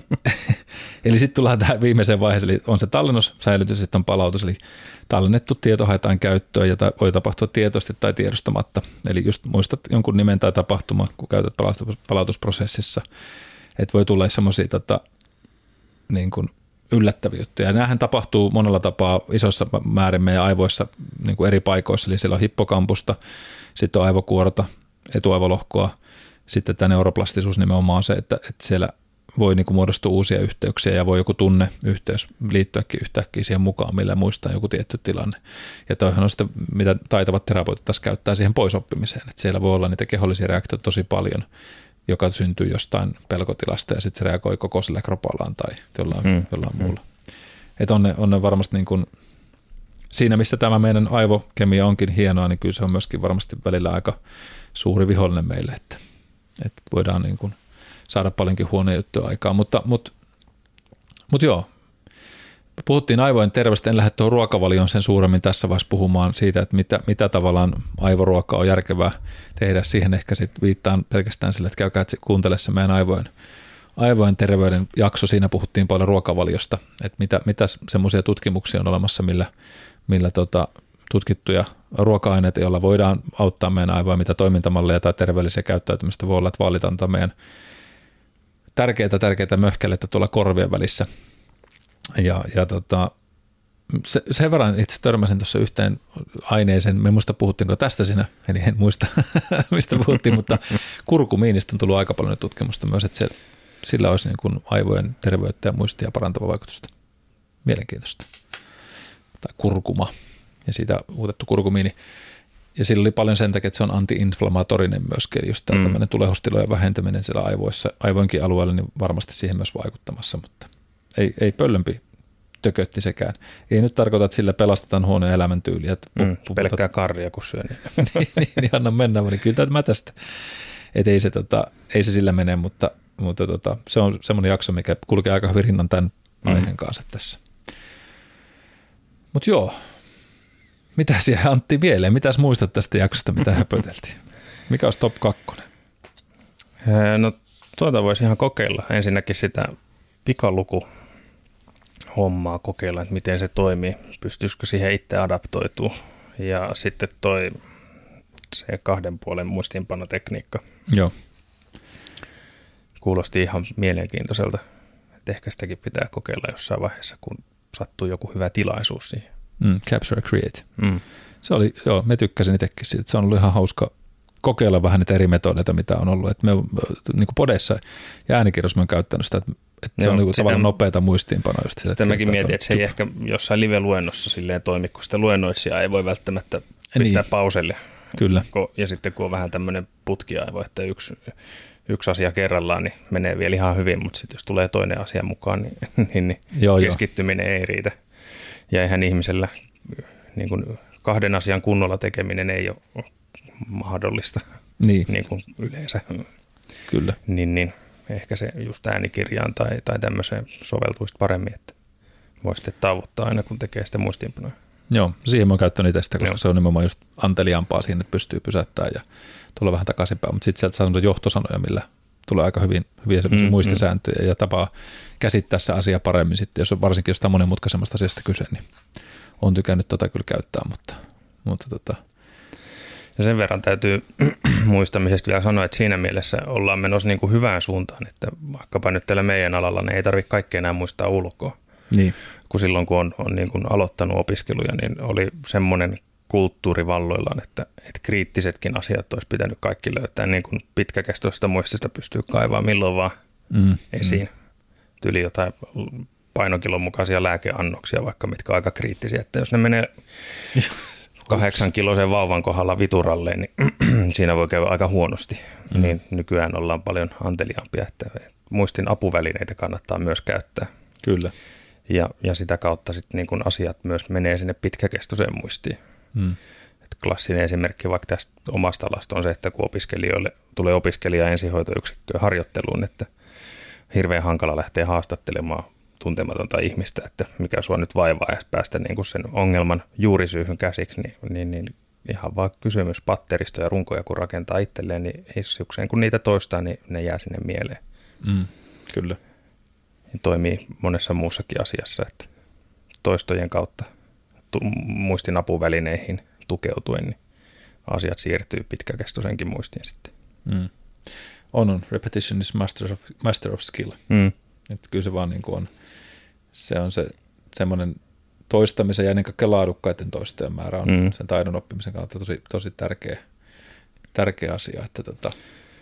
Eli sitten tullaan tähän viimeiseen vaiheeseen, eli on se tallennus, säilytys, sitten on palautus, eli tallennettu tieto haetaan käyttöön ja voi tapahtua tietoisesti tai tiedostamatta. Eli just muistat jonkun nimen tai tapahtuma, kun käytät palautusprosessissa, että voi tulla semmoisia tota, niin kuin yllättäviä juttuja. Ja näähän tapahtuu monella tapaa isossa määrin meidän aivoissa niin kuin eri paikoissa, eli siellä on hippokampusta, sitten on aivokuorta, etuaivolohkoa, sitten tämä neuroplastisuus nimenomaan on se, että, että siellä voi niin kuin muodostua uusia yhteyksiä ja voi joku tunneyhteys liittyäkin yhtäkkiä siihen mukaan, millä muistaa joku tietty tilanne. Ja toihan on sitten, mitä taitavat terapeutit taas käyttää siihen poisoppimiseen, että siellä voi olla niitä kehollisia reaktioita tosi paljon, joka syntyy jostain pelkotilasta ja sitten se reagoi koko sillä kropallaan tai jollain, hmm. jollain hmm. muulla. Että on ne, on ne varmasti niin kuin, siinä, missä tämä meidän aivokemia onkin hienoa, niin kyllä se on myöskin varmasti välillä aika suuri vihollinen meille, että, että voidaan niin kuin saada paljonkin huonoja juttuja aikaan, mutta, mutta, mutta joo, puhuttiin aivojen terveydestä, en lähde tuohon ruokavalioon sen suuremmin tässä vaiheessa puhumaan siitä, että mitä, mitä tavallaan aivoruokaa on järkevää tehdä, siihen ehkä sitten viittaan pelkästään sille, että käykää kuuntele se meidän aivojen, aivojen terveyden jakso, siinä puhuttiin paljon ruokavaliosta, että mitä, mitä semmoisia tutkimuksia on olemassa, millä, millä tota, tutkittuja ruoka-aineita, joilla voidaan auttaa meidän aivoja, mitä toimintamalleja tai terveellisiä käyttäytymistä voi olla, että valitaan meidän tärkeitä, tärkeitä möhkäleitä tuolla korvien välissä. Ja, ja tota, se, sen verran itse törmäsin tuossa yhteen aineeseen, me muista puhuttiinko tästä siinä, eli en muista mistä puhuttiin, mutta kurkumiinista on tullut aika paljon tutkimusta myös, että se, sillä olisi niin kuin aivojen terveyttä ja muistia parantava vaikutusta. Mielenkiintoista. Tai kurkuma ja siitä uutettu kurkumiini. Ja sillä oli paljon sen takia, että se on anti-inflammatorinen myöskin, eli just tämä mm. tämmöinen tulehustilojen vähentäminen siellä aivoissa, aivoinkin alueella, niin varmasti siihen myös vaikuttamassa, mutta ei, ei pöllömpi tökötti sekään. Ei nyt tarkoita, että sillä pelastetaan huonoja elämäntyyliä. Mm, pelkkää karria, kun syö. niin, niin, niin anna mennä, niin kyllä mä tästä. Että ei se, tota, ei se sillä mene, mutta, mutta tota, se on semmoinen jakso, mikä kulkee aika hyvin rinnan tämän mm. aiheen kanssa tässä. Mutta joo. Mitä siihen Antti mieleen? Mitäs muistat tästä jaksosta, mitä höpöteltiin? Mikä olisi top kakkonen? No tuota voisi ihan kokeilla. Ensinnäkin sitä pikaluku hommaa kokeilla, että miten se toimii. Pystyisikö siihen itse adaptoituu. Ja sitten toi se kahden puolen muistiinpanotekniikka. Joo. Kuulosti ihan mielenkiintoiselta. Että ehkä sitäkin pitää kokeilla jossain vaiheessa, kun sattuu joku hyvä tilaisuus siihen. Mm, capture create. Mm. Se oli, joo, me tykkäsin itsekin siitä. Se on ollut ihan hauska kokeilla vähän niitä eri metodeita, mitä on ollut. Et me niin kuin podeissa ja äänikirjoissa me on käyttänyt sitä, että, että se on niin tavallaan nopeata muistiinpanoa. Just sitä mäkin mietin, että se ei ehkä jossain live-luennossa silleen toimi, kun sitä luennoitsijaa ei voi välttämättä pistää niin pauselle. Kyllä. Ja sitten kun on vähän tämmöinen putkiaivo, että yksi, yksi asia kerrallaan, niin menee vielä ihan hyvin, mutta sitten jos tulee toinen asia mukaan, niin, niin, niin joo, keskittyminen joo. ei riitä. Ja eihän ihmisellä niin kuin kahden asian kunnolla tekeminen ei ole mahdollista niin, niin kuin yleensä. Kyllä. Niin, niin ehkä se just äänikirjaan tai, tai tämmöiseen soveltuisi paremmin, että voi sitten tavoittaa aina kun tekee sitä muistiinpanoja. Joo, siihen mä oon käyttänyt itse sitä, koska Joo. se on nimenomaan just anteliaampaa siihen, että pystyy pysäyttämään ja tulla vähän takaisinpäin. Mutta sitten sieltä saa sellaisia johtosanoja, millä tulee aika hyvin, hyviä semmoisia mm, muistisääntöjä mm. ja tapaa käsittää se asia paremmin sitten, jos on varsinkin jostain monimutkaisemmasta asiasta kyse, niin on tykännyt tota kyllä käyttää, mutta, mutta tota. Ja sen verran täytyy muistamisesta vielä sanoa, että siinä mielessä ollaan menossa niin kuin hyvään suuntaan, että vaikkapa nyt tällä meidän alalla niin ei tarvitse kaikkea enää muistaa ulkoa. Niin. Kun silloin kun on, on niin kuin aloittanut opiskeluja, niin oli semmoinen kulttuuri valloillaan, että, että kriittisetkin asiat olisi pitänyt kaikki löytää niin kuin pitkäkestoisesta muistista pystyy kaivaa milloin vaan mm, esiin. Mm. Tyli jotain painokilon mukaisia lääkeannoksia, vaikka mitkä on aika kriittisiä, että jos ne menee kahdeksan kiloisen vauvan kohdalla vituralle, niin siinä voi käydä aika huonosti. Mm. Niin nykyään ollaan paljon anteliaampia, että muistin apuvälineitä kannattaa myös käyttää. Kyllä. Ja, ja sitä kautta sitten niin kun asiat myös menee sinne pitkäkestoiseen muistiin. Mm. Et klassinen esimerkki vaikka tästä omasta alasta on se, että kun opiskelijoille tulee opiskelija ensihoitoyksikköön harjoitteluun, että hirveän hankala lähteä haastattelemaan tuntematonta ihmistä, että mikä sua nyt vaivaa ja päästä niin kuin sen ongelman juurisyyhyn käsiksi, niin, niin, niin ihan vaan kysymys patteristoja ja runkoja kun rakentaa itselleen, niin hissukseen kun niitä toistaa, niin ne jää sinne mieleen. Mm, kyllä. Niin toimii monessa muussakin asiassa, että toistojen kautta muistin apuvälineihin tukeutuen, niin asiat siirtyy pitkäkestoisenkin muistiin sitten. Mm. On, on. Repetition is master of, master of skill. Mm. Että kyllä se vaan niin kuin on, se on se semmoinen toistamisen ja ennen kaikkea laadukkaiden toistojen määrä on mm. sen taidon oppimisen kannalta tosi, tosi tärkeä, tärkeä asia, että tota,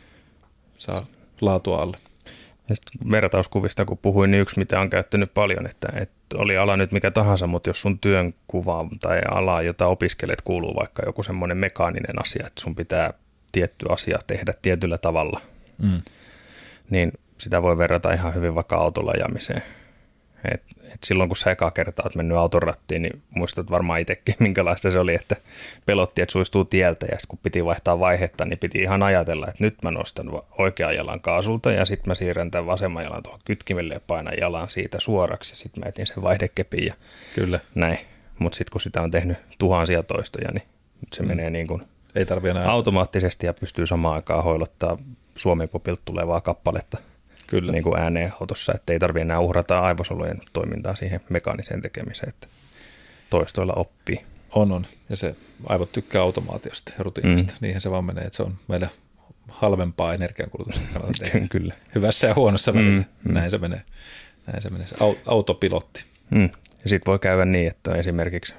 saa laatua alle. Ja vertauskuvista kun puhuin, niin yksi mitä on käyttänyt paljon, että, että oli ala nyt mikä tahansa, mutta jos sun työnkuva tai ala, jota opiskelet, kuuluu vaikka joku semmoinen mekaaninen asia, että sun pitää tietty asia tehdä tietyllä tavalla, mm. niin sitä voi verrata ihan hyvin vaikka autolla ajamiseen. Et, et silloin kun sä ekaa kertaa oot mennyt auton rattiin, niin muistat varmaan itsekin, minkälaista se oli, että pelotti, että suistuu tieltä ja sitten kun piti vaihtaa vaihetta, niin piti ihan ajatella, että nyt mä nostan oikean jalan kaasulta ja sitten mä siirrän tämän vasemman jalan tuohon kytkimelle ja painan jalan siitä suoraksi ja sitten mä etin sen vaihdekepin ja Kyllä. näin. Mutta sitten kun sitä on tehnyt tuhansia toistoja, niin nyt se mm. menee niin kuin Ei enää automaattisesti ja pystyy samaan aikaan hoilottaa Suomi-popilta tulevaa kappaletta. Kyllä. Niin kuin ääneen autossa, että ei tarvitse enää uhrata aivosolujen toimintaa siihen mekaaniseen tekemiseen, että toistoilla oppii. On, on. Ja se aivot tykkää automaatiosta ja rutiinista. Mm. Niinhän se vaan menee, että se on meillä halvempaa energiankulutusta kannalta tehdä. Kyllä. Hyvässä ja huonossa mm. välillä. Näin se menee. Näin se menee. Se autopilotti. Mm. Ja sitten voi käydä niin, että esimerkiksi,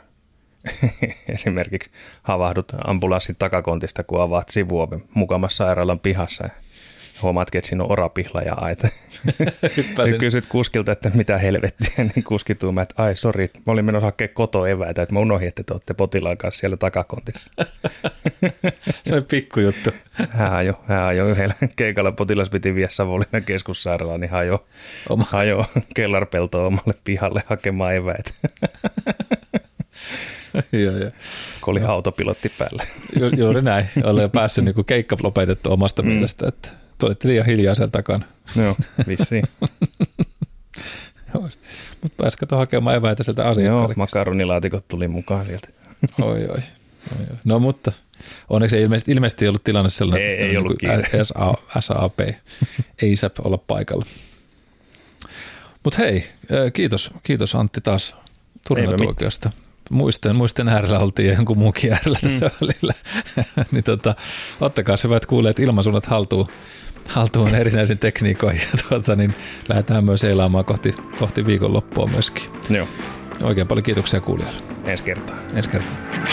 esimerkiksi havahdut ambulanssin takakontista, kun avaat sivuoven mukamassa sairaalan pihassa ja huomaatkin, että siinä on orapihla ja aita. Kysyt kuskilta, että mitä helvettiä, niin kuski tuumaa, että ai sori, mä olin menossa hakemaan kotoeväitä, että mä unohdin, että te olette potilaan kanssa siellä takakontissa. Se on pikkujuttu. Hän ajo, hän ajo yhdellä keikalla potilas piti viedä Savonlinnan keskussairaalaan, niin hajo, Oma. hajo kellarpeltoa omalle pihalle hakemaan eväitä. Joo, joo. Kun oli no. autopilotti päällä. Ju, juuri näin. Olen jo päässyt niin keikka lopetettu omasta mm. mielestä, että te olitte liian hiljaa sen takana. Joo, vissiin. Mutta pääsi kato hakemaan eväitä sieltä asiakkaalle. Joo, makaronilaatikot tuli mukaan sieltä. Oi, oi, oi, oi. No mutta onneksi ei ilmeisesti, ilmeisesti ollut tilanne sellainen, ei, että ei ollut niin S A P ei saa olla paikalla. Mutta hei, kiitos, kiitos Antti taas turinatuokiosta. Muisten, muisten äärellä oltiin ja jonkun muunkin äärellä tässä mm. välillä. niin tota, ottakaa hyvät kuulijat ilmansuunnat haltuun, haltuun erinäisiin tekniikoihin ja tuota, niin lähdetään myös seilaamaan kohti, kohti viikonloppua myöskin. Joo. Oikein paljon kiitoksia kuulijoille. Ensi kertaa. Ensi kertaa.